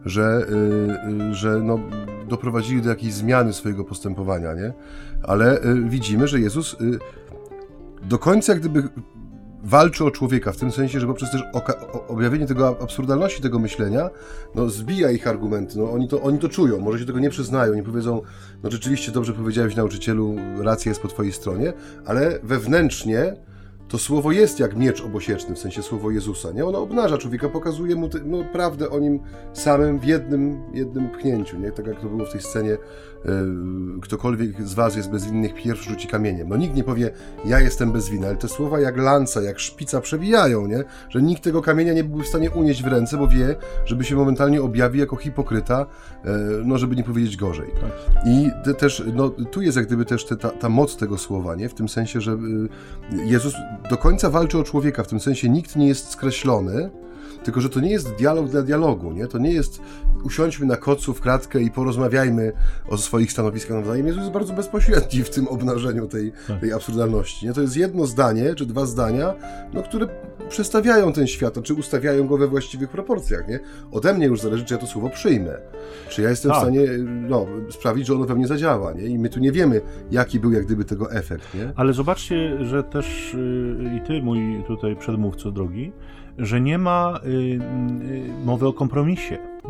że doprowadzili do jakiejś zmiany swojego postępowania, nie? Ale widzimy, że Jezus do końca jak gdyby walczy o człowieka, w tym sensie, że poprzez też objawienie tego absurdalności tego myślenia, zbija ich argumenty, oni to czują, może się tego nie przyznają, nie powiedzą, rzeczywiście dobrze powiedziałeś, nauczycielu, racja jest po twojej stronie, ale wewnętrznie to słowo jest jak miecz obosieczny, w sensie słowo Jezusa, nie? Ono obnaża człowieka, pokazuje mu prawdę o nim samym w jednym pchnięciu, nie? Tak jak to było w tej scenie, ktokolwiek z was jest bez winnych, pierwszy rzuci kamieniem. Nikt nie powie, ja jestem bez winy, ale te słowa jak lanca, jak szpica przebijają, nie? Że nikt tego kamienia nie byłby w stanie unieść w ręce, bo wie, żeby się momentalnie objawi jako hipokryta, żeby nie powiedzieć gorzej. I też, tu jest jak gdyby też ta moc tego słowa, nie? W tym sensie, że Jezus do końca walczy o człowieka, w tym sensie nikt nie jest skreślony, tylko że to nie jest dialog dla dialogu, nie? To nie jest usiądźmy na kocu w kratkę i porozmawiajmy o swoich stanowiskach nawzajem. Jezus jest bardzo bezpośredni w tym obnażeniu tej absurdalności, nie? To jest jedno zdanie, czy dwa zdania, które przestawiają ten świat, czy ustawiają go we właściwych proporcjach, nie? Ode mnie już zależy, czy ja to słowo przyjmę. Czy ja jestem w stanie sprawić, że ono we mnie zadziała, nie? I my tu nie wiemy, jaki był jak gdyby tego efekt, nie? Ale zobaczcie, że też i ty, mój tutaj przedmówco drogi, że nie ma mowy o kompromisie. Nie?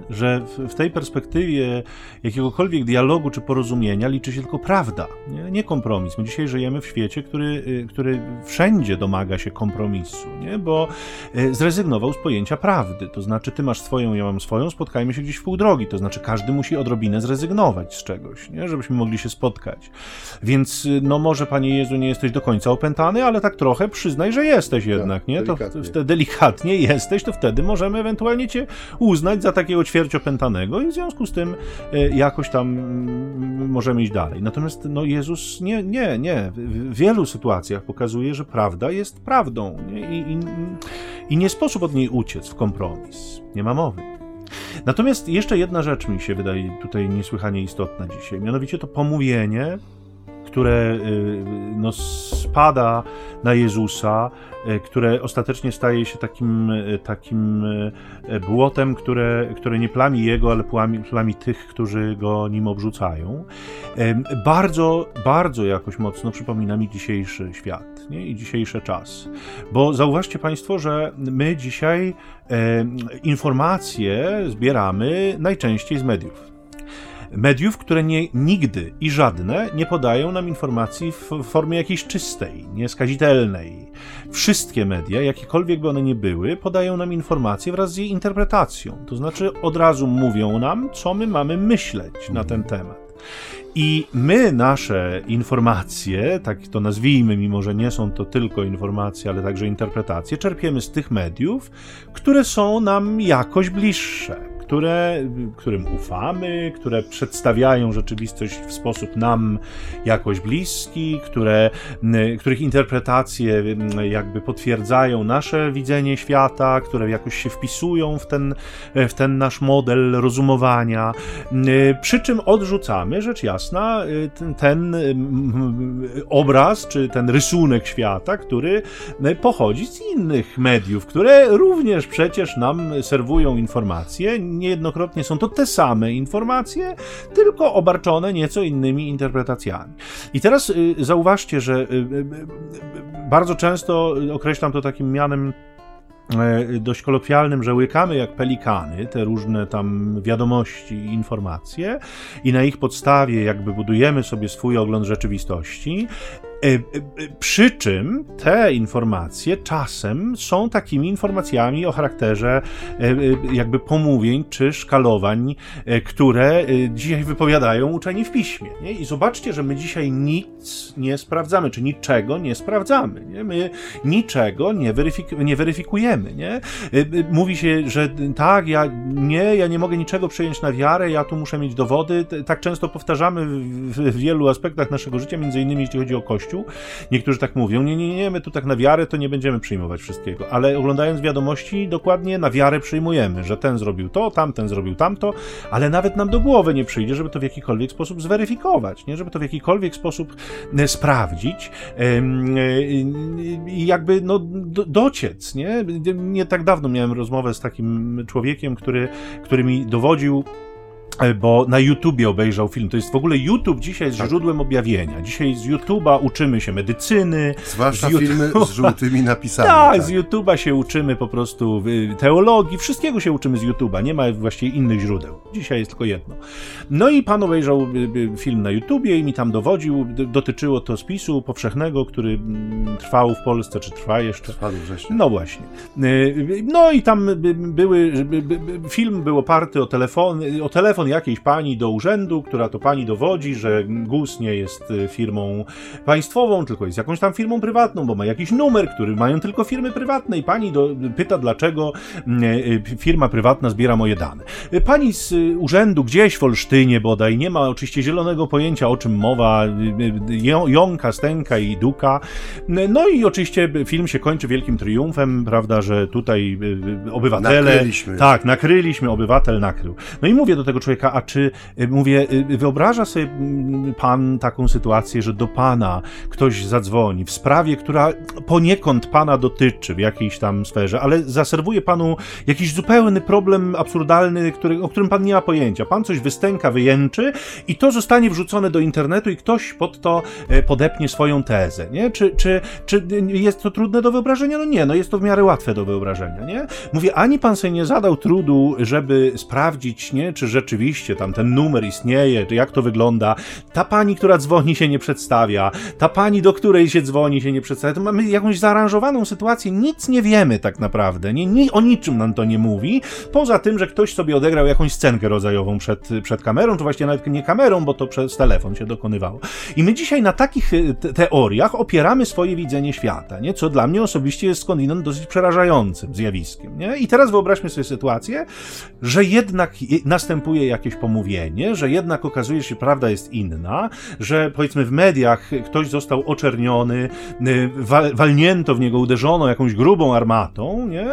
że w tej perspektywie jakiegokolwiek dialogu czy porozumienia liczy się tylko prawda, nie kompromis. My dzisiaj żyjemy w świecie, który wszędzie domaga się kompromisu, nie? Bo zrezygnował z pojęcia prawdy. To znaczy, ty masz swoją, ja mam swoją, spotkajmy się gdzieś w pół drogi. To znaczy, każdy musi odrobinę zrezygnować z czegoś, nie? Żebyśmy mogli się spotkać. Więc no może, Panie Jezu, nie jesteś do końca opętany, ale tak trochę przyznaj, że jesteś jednak, nie? Delikatnie. To delikatnie jesteś, to wtedy możemy ewentualnie cię uznać za takiego ćwierciopętanego i w związku z tym jakoś tam możemy iść dalej. Natomiast no Jezus nie. W wielu sytuacjach pokazuje, że prawda jest prawdą, nie? I nie sposób od niej uciec w kompromis. Nie ma mowy. Natomiast jeszcze jedna rzecz mi się wydaje tutaj niesłychanie istotna dzisiaj, mianowicie to pomówienie, które no, spada na Jezusa, które ostatecznie staje się takim błotem, które nie plami Jego, ale plami tych, którzy go nim obrzucają. Bardzo, bardzo jakoś mocno przypomina mi dzisiejszy świat, nie? I dzisiejszy czas. Bo zauważcie Państwo, że my dzisiaj informacje zbieramy najczęściej z mediów. Mediów, które nigdy i żadne nie podają nam informacji w formie jakiejś czystej, nieskazitelnej. Wszystkie media, jakiekolwiek by one nie były, podają nam informację wraz z jej interpretacją. To znaczy od razu mówią nam, co my mamy myśleć na ten temat. I my nasze informacje, tak to nazwijmy, mimo że nie są to tylko informacje, ale także interpretacje, czerpiemy z tych mediów, które są nam jakoś bliższe. Którym ufamy, które przedstawiają rzeczywistość w sposób nam jakoś bliski, których interpretacje jakby potwierdzają nasze widzenie świata, które jakoś się wpisują w ten nasz model rozumowania, przy czym odrzucamy, rzecz jasna, ten obraz, czy ten rysunek świata, który pochodzi z innych mediów, które również przecież nam serwują informacje. Niejednokrotnie są to te same informacje, tylko obarczone nieco innymi interpretacjami. I teraz zauważcie, że bardzo często określam to takim mianem dość kolokwialnym, że łykamy jak pelikany te różne tam wiadomości i informacje i na ich podstawie jakby budujemy sobie swój ogląd rzeczywistości. Przy czym te informacje czasem są takimi informacjami o charakterze jakby pomówień czy szkalowań, które dzisiaj wypowiadają uczeni w piśmie. Nie? I zobaczcie, że my dzisiaj nic nie sprawdzamy, czy niczego nie sprawdzamy. Nie? My niczego nie weryfikujemy. Nie? Mówi się, że tak, ja nie mogę niczego przyjąć na wiarę, ja tu muszę mieć dowody. Tak często powtarzamy w wielu aspektach naszego życia, między innymi jeśli chodzi o Kościół. Niektórzy tak mówią, nie, my tu tak na wiarę to nie będziemy przyjmować wszystkiego, ale oglądając wiadomości dokładnie na wiarę przyjmujemy, że ten zrobił to, tamten zrobił tamto, ale nawet nam do głowy nie przyjdzie, żeby to w jakikolwiek sposób zweryfikować, nie? Żeby to w jakikolwiek sposób sprawdzić i jakby no, dociec. Nie tak dawno miałem rozmowę z takim człowiekiem, który mi dowodził, bo na YouTubie obejrzał film. To jest w ogóle YouTube dzisiaj jest źródłem objawienia. Dzisiaj z YouTuba uczymy się medycyny. Zwłaszcza filmy z żółtymi napisami. Tak, z YouTuba się uczymy po prostu teologii. Wszystkiego się uczymy z YouTuba. Nie ma właściwie innych źródeł. Dzisiaj jest tylko jedno. No i pan obejrzał film na YouTubie i mi tam dowodził. Dotyczyło to spisu powszechnego, który trwał w Polsce, czy trwa jeszcze. Trwa do września. No właśnie. No i tam film był oparty o telefon jakiejś pani do urzędu, która to pani dowodzi, że GUS nie jest firmą państwową, tylko jest jakąś tam firmą prywatną, bo ma jakiś numer, który mają tylko firmy prywatne i pani pyta, dlaczego firma prywatna zbiera moje dane. Pani z urzędu gdzieś w Olsztynie bodaj, nie ma oczywiście zielonego pojęcia, o czym mowa, jąka, stęka i duka. No i oczywiście film się kończy wielkim triumfem, prawda, że tutaj obywatele... Nakryliśmy. Tak, nakryliśmy, obywatel nakrył. No i mówię do tego człowieka, człowieka, a czy, mówię, wyobraża sobie pan taką sytuację, że do pana ktoś zadzwoni w sprawie, która poniekąd pana dotyczy w jakiejś tam sferze, ale zaserwuje panu jakiś zupełny problem absurdalny, o którym pan nie ma pojęcia. Pan coś wystęka, wyjęczy i to zostanie wrzucone do internetu i ktoś pod to podepnie swoją tezę, nie? Czy jest to trudne do wyobrażenia? No nie, no jest to w miarę łatwe do wyobrażenia, nie? Mówię, ani pan sobie nie zadał trudu, żeby sprawdzić, nie? Czy rzeczywiście tam ten numer istnieje, czy jak to wygląda. Ta pani, która dzwoni, się nie przedstawia. Ta pani, do której się dzwoni, się nie przedstawia. To mamy jakąś zaaranżowaną sytuację, nic nie wiemy tak naprawdę, nie? O niczym nam to nie mówi, poza tym, że ktoś sobie odegrał jakąś scenkę rodzajową przed kamerą, czy właśnie nawet nie kamerą, bo to przez telefon się dokonywało. I my dzisiaj na takich teoriach opieramy swoje widzenie świata, nie? Co dla mnie osobiście jest skądinąd dosyć przerażającym zjawiskiem, nie? I teraz wyobraźmy sobie sytuację, że jednak następuje jakieś pomówienie, że jednak okazuje się, że prawda jest inna, że powiedzmy w mediach ktoś został oczerniony, walnięto w niego, uderzono jakąś grubą armatą, nie?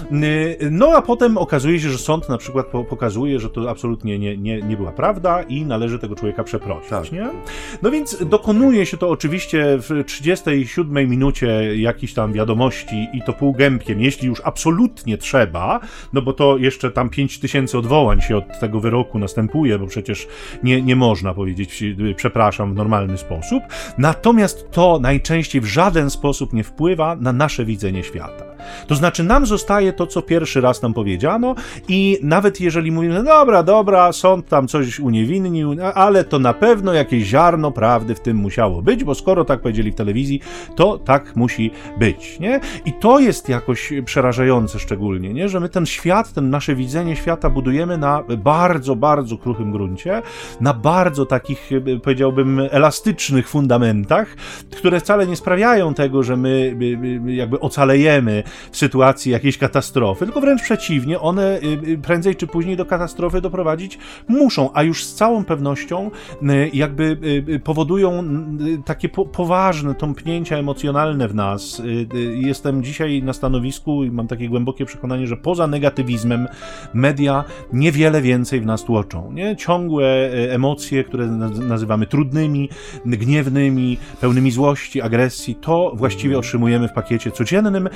No a potem okazuje się, że sąd na przykład pokazuje, że to absolutnie nie była prawda i należy tego człowieka przeprosić, tak. Nie? No więc dokonuje się to oczywiście w 37 minucie jakichś tam wiadomości i to półgębkiem, jeśli już absolutnie trzeba, no bo to jeszcze tam 5000 odwołań się od tego wyroku następuje, bo przecież nie można powiedzieć przepraszam w normalny sposób. Natomiast to najczęściej w żaden sposób nie wpływa na nasze widzenie świata. To znaczy nam zostaje to, co pierwszy raz nam powiedziano i nawet jeżeli mówimy, dobra, sąd tam coś uniewinnił, ale to na pewno jakieś ziarno prawdy w tym musiało być, bo skoro tak powiedzieli w telewizji, to tak musi być, nie? I to jest jakoś przerażające szczególnie, nie? Że my ten świat, nasze widzenie świata budujemy na bardzo, bardzo kruchym gruncie, na bardzo takich, powiedziałbym, elastycznych fundamentach, które wcale nie sprawiają tego, że my jakby ocalejemy w sytuacji jakiejś katastrofy, tylko wręcz przeciwnie, one prędzej czy później do katastrofy doprowadzić muszą, a już z całą pewnością jakby powodują takie poważne tąpnięcia emocjonalne w nas. Jestem dzisiaj na stanowisku i mam takie głębokie przekonanie, że poza negatywizmem media niewiele więcej w nas tłoczą, nie? Ciągłe emocje, które nazywamy trudnymi, gniewnymi, pełnymi złości, agresji, to właściwie otrzymujemy w pakiecie codziennym,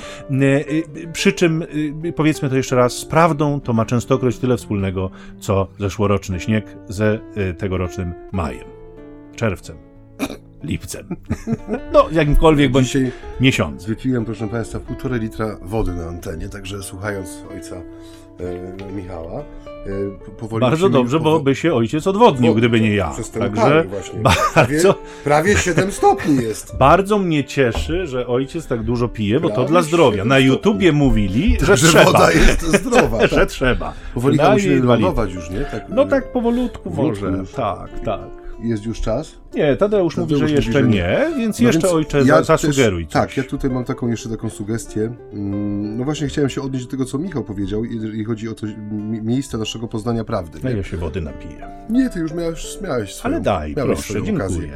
przy czym, powiedzmy to jeszcze raz, z prawdą to ma częstokroć tyle wspólnego, co zeszłoroczny śnieg ze tegorocznym majem, czerwcem, lipcem. No, jakimkolwiek bądź miesiąc. Wypiłem, proszę Państwa, 1,5 litra wody na antenie, także słuchając ojca Michała. Bardzo dobrze, bo by się ojciec odwodnił, gdyby nie ja. Przez ten także prawie 7 stopni jest. Bardzo mnie cieszy, że ojciec tak dużo pije, bo to dla zdrowia. Na YouTubie mówili, że trzeba. Woda jest zdrowa. Że trzeba. Powoli musimy lądować już, nie? Tak, no tak powolutku może. Tak. Jest już czas? Nie, Tadeusz mówi, że jeszcze nie, więc no jeszcze więc ojcze zasugeruj coś. Tak, ja tutaj mam jeszcze taką sugestię. No właśnie chciałem się odnieść do tego, co Michał powiedział, jeżeli chodzi o to miejsce naszego poznania prawdy. No ja się wody napiję. Nie, ty już miałeś swoją. Ale daj, proszę, dziękuję.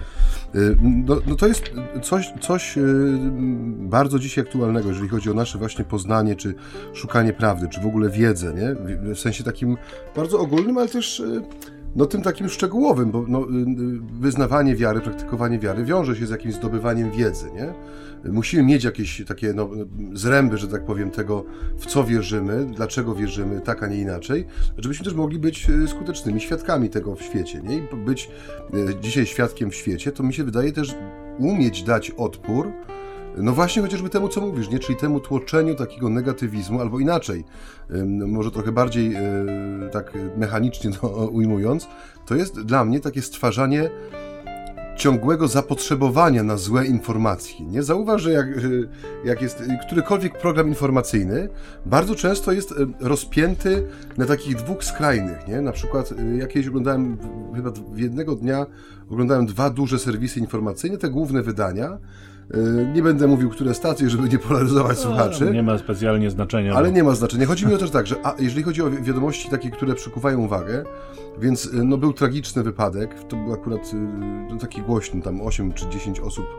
No to jest coś bardzo dzisiaj aktualnego, jeżeli chodzi o nasze właśnie poznanie, czy szukanie prawdy, czy w ogóle wiedzę, nie? W sensie takim bardzo ogólnym, ale też tym takim szczegółowym, bo wyznawanie wiary, praktykowanie wiary wiąże się z jakimś zdobywaniem wiedzy, nie? Musimy mieć jakieś takie zręby, że tak powiem, tego, w co wierzymy, dlaczego wierzymy, tak, a nie inaczej, żebyśmy też mogli być skutecznymi świadkami tego w świecie, nie? I być dzisiaj świadkiem w świecie, to mi się wydaje też umieć dać odpór, no właśnie chociażby temu, co mówisz, nie? Czyli temu tłoczeniu takiego negatywizmu, albo inaczej, może trochę bardziej tak mechanicznie to ujmując, to jest dla mnie takie stwarzanie ciągłego zapotrzebowania na złe informacje. Nie? Zauważ, że jak jest którykolwiek program informacyjny, bardzo często jest rozpięty na takich dwóch skrajnych. Nie? Na przykład jakieś oglądałem, chyba jednego dnia oglądałem 2 duże serwisy informacyjne, te główne wydania. Nie będę mówił, które stacje, żeby nie polaryzować słuchaczy. Nie ma specjalnie znaczenia. Ale nie ma znaczenia. Chodzi mi o to, że tak, że jeżeli chodzi o wiadomości takie, które przykuwają uwagę, więc był tragiczny wypadek, to był akurat taki głośny, tam 8 czy 10 osób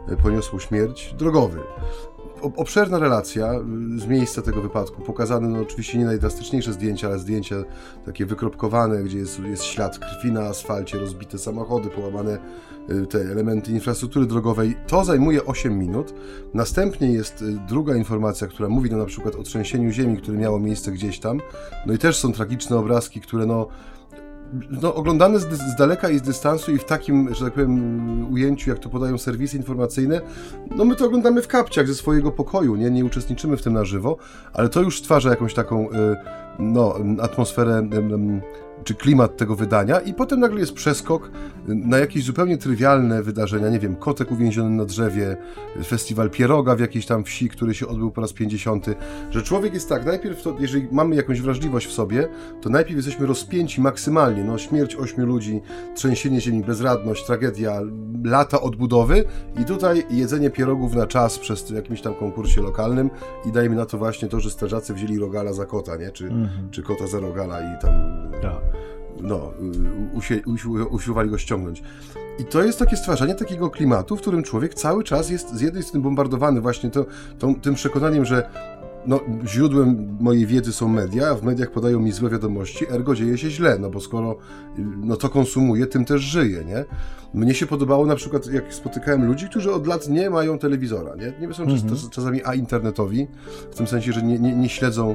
poniosło śmierć, drogowy. Obszerna relacja z miejsca tego wypadku, pokazane no oczywiście nie najdrastyczniejsze zdjęcia, ale zdjęcia takie wykropkowane, gdzie jest ślad krwi na asfalcie, rozbite samochody, połamane te elementy infrastruktury drogowej. To zajmuje 8 minut. Następnie jest druga informacja, która mówi na przykład o trzęsieniu ziemi, które miało miejsce gdzieś tam. No i też są tragiczne obrazki, które oglądane z daleka i z dystansu i w takim, że tak powiem, ujęciu, jak to podają serwisy informacyjne, no my to oglądamy w kapciach ze swojego pokoju, nie uczestniczymy w tym na żywo, ale to już stwarza jakąś taką atmosferę czy klimat tego wydania i potem nagle jest przeskok na jakieś zupełnie trywialne wydarzenia, nie wiem, kotek uwięziony na drzewie, festiwal pieroga w jakiejś tam wsi, który się odbył po raz 50, że człowiek jest tak, najpierw to, jeżeli mamy jakąś wrażliwość w sobie, to najpierw jesteśmy rozpięci maksymalnie, śmierć 8 ludzi, trzęsienie ziemi, bezradność, tragedia, lata odbudowy i tutaj jedzenie pierogów na czas przez jakimś tam konkursie lokalnym i dajmy na to właśnie to, że strażacy wzięli rogala za kota, nie? Czy kota za rogala i tam usiłowali go ściągnąć. I to jest takie stwarzanie takiego klimatu, w którym człowiek cały czas jest z jednej strony bombardowany właśnie tym przekonaniem, że źródłem mojej wiedzy są media, a w mediach podają mi złe wiadomości, ergo dzieje się źle, bo skoro to konsumuję, tym też żyję, nie? Mnie się podobało na przykład, jak spotykałem ludzi, którzy od lat nie mają telewizora, nie są czasami internetowi, w tym sensie, że nie śledzą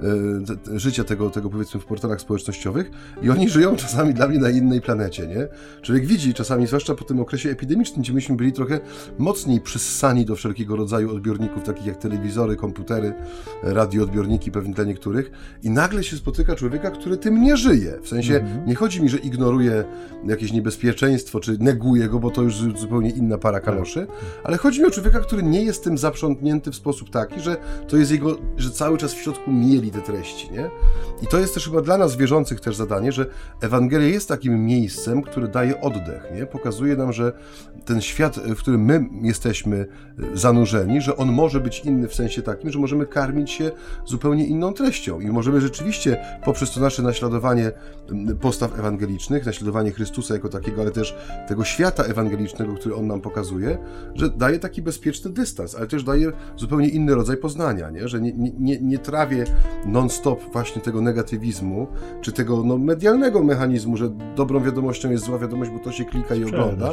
życia tego powiedzmy w portalach społecznościowych i oni żyją czasami dla mnie na innej planecie, nie? Człowiek widzi czasami, zwłaszcza po tym okresie epidemicznym, gdzie myśmy byli trochę mocniej przyssani do wszelkiego rodzaju odbiorników, takich jak telewizory, komputery, radioodbiorniki pewnie dla niektórych i nagle się spotyka człowieka, który tym nie żyje. W sensie nie chodzi mi, że ignoruje jakieś niebezpieczeństwo, czy neguje go, bo to już zupełnie inna para kaloszy, ale chodzi mi o człowieka, który nie jest tym zaprzątnięty w sposób taki, że to jest że cały czas w środku mieli te treści, nie? I to jest też chyba dla nas wierzących też zadanie, że Ewangelia jest takim miejscem, które daje oddech, nie? Pokazuje nam, że ten świat, w którym my jesteśmy zanurzeni, że on może być inny w sensie takim, że możemy karmić się zupełnie inną treścią i możemy rzeczywiście poprzez to nasze naśladowanie postaw ewangelicznych, naśladowanie Chrystusa jako takiego, ale też tego świata ewangelicznego, który on nam pokazuje, że daje taki bezpieczny dystans, ale też daje zupełnie inny rodzaj poznania, nie? Że nie trawię non-stop właśnie tego negatywizmu, czy tego medialnego mechanizmu, że dobrą wiadomością jest zła wiadomość, bo to się klika i ogląda,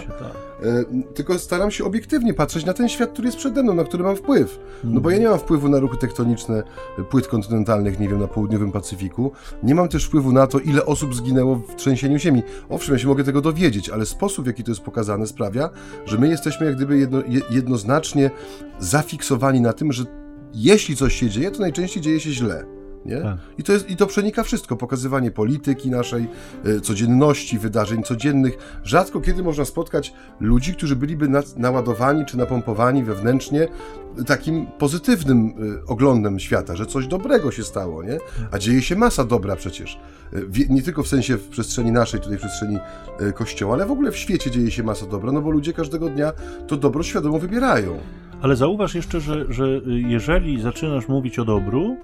tylko staram się obiektywnie patrzeć na ten świat, który jest przede mną, na który mam wpływ. Bo ja nie mam wpływu na ruchy tektoniczne płyt kontynentalnych, nie wiem, na południowym Pacyfiku. Nie mam też wpływu na to, ile osób zginęło w trzęsieniu ziemi. Owszem, ja się mogę tego dowiedzieć, ale sposób, w jaki to jest pokazane, sprawia, że my jesteśmy jak gdyby jednoznacznie zafiksowani na tym, że jeśli coś się dzieje, to najczęściej dzieje się źle. Nie? Tak. I to przenika wszystko, pokazywanie polityki naszej, codzienności, wydarzeń codziennych. Rzadko kiedy można spotkać ludzi, którzy byliby naładowani czy napompowani wewnętrznie takim pozytywnym oglądem świata, że coś dobrego się stało, nie? A dzieje się masa dobra przecież. Nie tylko w sensie w przestrzeni naszej, tutaj w przestrzeni Kościoła, ale w ogóle w świecie dzieje się masa dobra, bo ludzie każdego dnia to dobro świadomo wybierają. Ale zauważ jeszcze, że jeżeli zaczynasz mówić o dobru,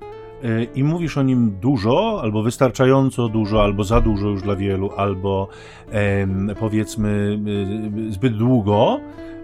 i mówisz o nim dużo, albo wystarczająco dużo, albo za dużo już dla wielu, albo powiedzmy zbyt długo,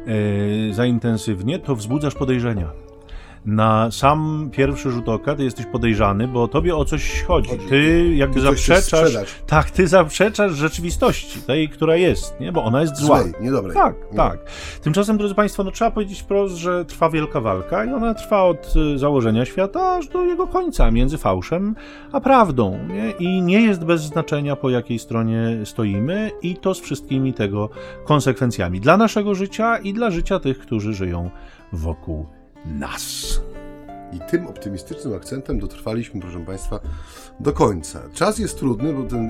za intensywnie, to wzbudzasz podejrzenia. Na sam pierwszy rzut oka ty jesteś podejrzany, bo tobie o coś chodzi. Ty jakby zaprzeczasz. Tak, ty zaprzeczasz rzeczywistości, tej, która jest, nie? Bo ona jest zła. Złej, niedobrej. Tak. Tymczasem, drodzy Państwo, trzeba powiedzieć wprost, że trwa wielka walka i ona trwa od założenia świata aż do jego końca, między fałszem a prawdą, nie? I nie jest bez znaczenia, po jakiej stronie stoimy i to z wszystkimi tego konsekwencjami dla naszego życia i dla życia tych, którzy żyją wokół nas. I tym optymistycznym akcentem dotrwaliśmy, proszę Państwa, do końca. Czas jest trudny, bo ten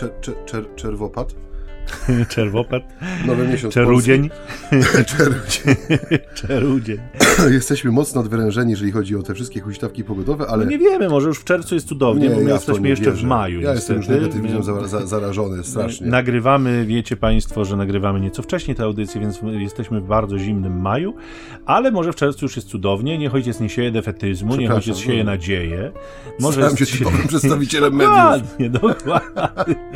czerwopad. Nowy miesiąc Czerudzień. Czerudzień. Jesteśmy mocno nadwyrężeni, jeżeli chodzi o te wszystkie huśtawki pogodowe, ale... nie wiemy, może już w czerwcu jest cudownie, bo my jesteśmy jeszcze w maju. Ja jestem już negatywizmem zarażony strasznie. Nagrywamy, wiecie Państwo, że nagrywamy nieco wcześniej tę audycję, więc jesteśmy w bardzo zimnym maju, ale może w czerwcu już jest cudownie, niech ojciec nie sieje defetyzmu, niech ojciec sieje nadzieję. Stałem się typowym przedstawicielem mediów. Dokładnie.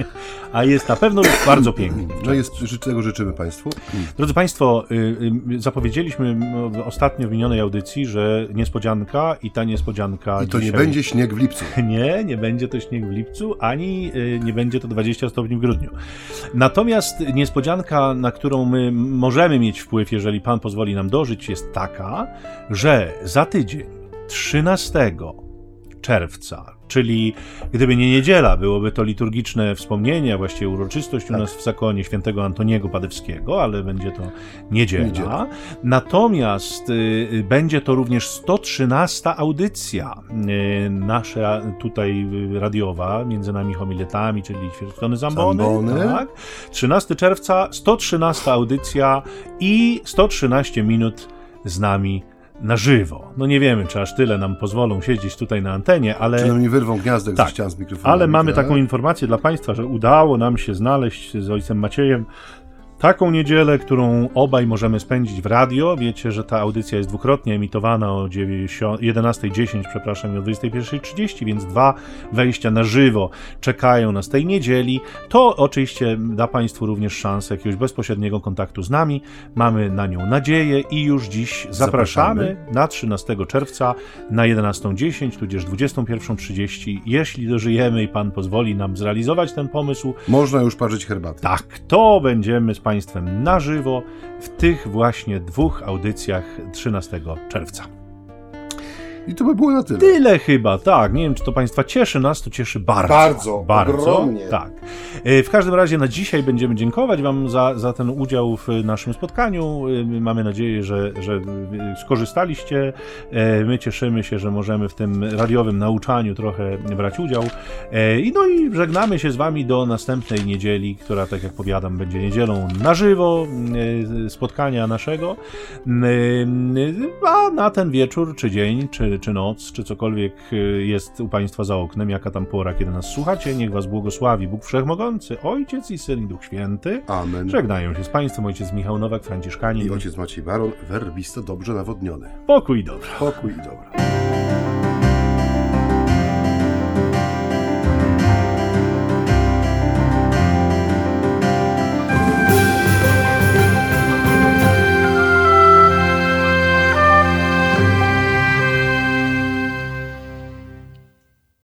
a jest na pewno bardzo pięknie. No tego życzymy Państwu. Drodzy Państwo, zapowiedzieliśmy ostatnio w minionej audycji, że niespodzianka i ta niespodzianka I to dzisiaj... nie będzie śnieg w lipcu. Nie będzie to śnieg w lipcu, ani nie będzie to 20 stopni w grudniu. Natomiast niespodzianka, na którą my możemy mieć wpływ, jeżeli Pan pozwoli nam dożyć, jest taka, że za tydzień, 13 czerwca, czyli gdyby nie niedziela, byłoby to liturgiczne wspomnienie, a właściwie uroczystość u nas w zakonie świętego Antoniego Padewskiego, ale będzie to niedziela. Natomiast będzie to również 113. audycja nasza tutaj radiowa, między nami homiletami, czyli Święcony Zambony. Tak? 13 czerwca, 113. audycja i 113 minut z nami na żywo. No nie wiemy, czy aż tyle nam pozwolą siedzieć tutaj na antenie, ale... Czy nam nie wyrwą gniazdek ze ścian z mikrofonami. Ale mamy taką informację dla Państwa, że udało nam się znaleźć z ojcem Maciejem taką niedzielę, którą obaj możemy spędzić w radio. Wiecie, że ta audycja jest dwukrotnie emitowana o 11:10, przepraszam, i o 21:30, więc 2 wejścia na żywo czekają nas tej niedzieli. To oczywiście da Państwu również szansę jakiegoś bezpośredniego kontaktu z nami. Mamy na nią nadzieję i już dziś zapraszamy na 13 czerwca na 11:10, tudzież 21:30. Jeśli dożyjemy i Pan pozwoli nam zrealizować ten pomysł, można już parzyć herbatę. Tak, to będziemy z Państwem na żywo w tych właśnie 2 audycjach 13 czerwca. I to by było na tyle. Tyle chyba, tak. Nie wiem, czy to Państwa cieszy, nas to cieszy bardzo. Ogromnie. Tak. W każdym razie na dzisiaj będziemy dziękować Wam za ten udział w naszym spotkaniu. Mamy nadzieję, że skorzystaliście. My cieszymy się, że możemy w tym radiowym nauczaniu trochę brać udział. No i żegnamy się z Wami do następnej niedzieli, która, tak jak powiadam, będzie niedzielą na żywo spotkania naszego. A na ten wieczór, czy dzień, czy noc, czy cokolwiek jest u Państwa za oknem, jaka tam pora, kiedy nas słuchacie, niech Was błogosławi Bóg Wszechmogący, Ojciec i Syn i Duch Święty. Amen. Żegnają się z Państwem ojciec Michał Nowak, Franciszkanin i ojciec Maciej Baron, werbista dobrze nawodniony. Pokój i dobro. Pokój i dobro.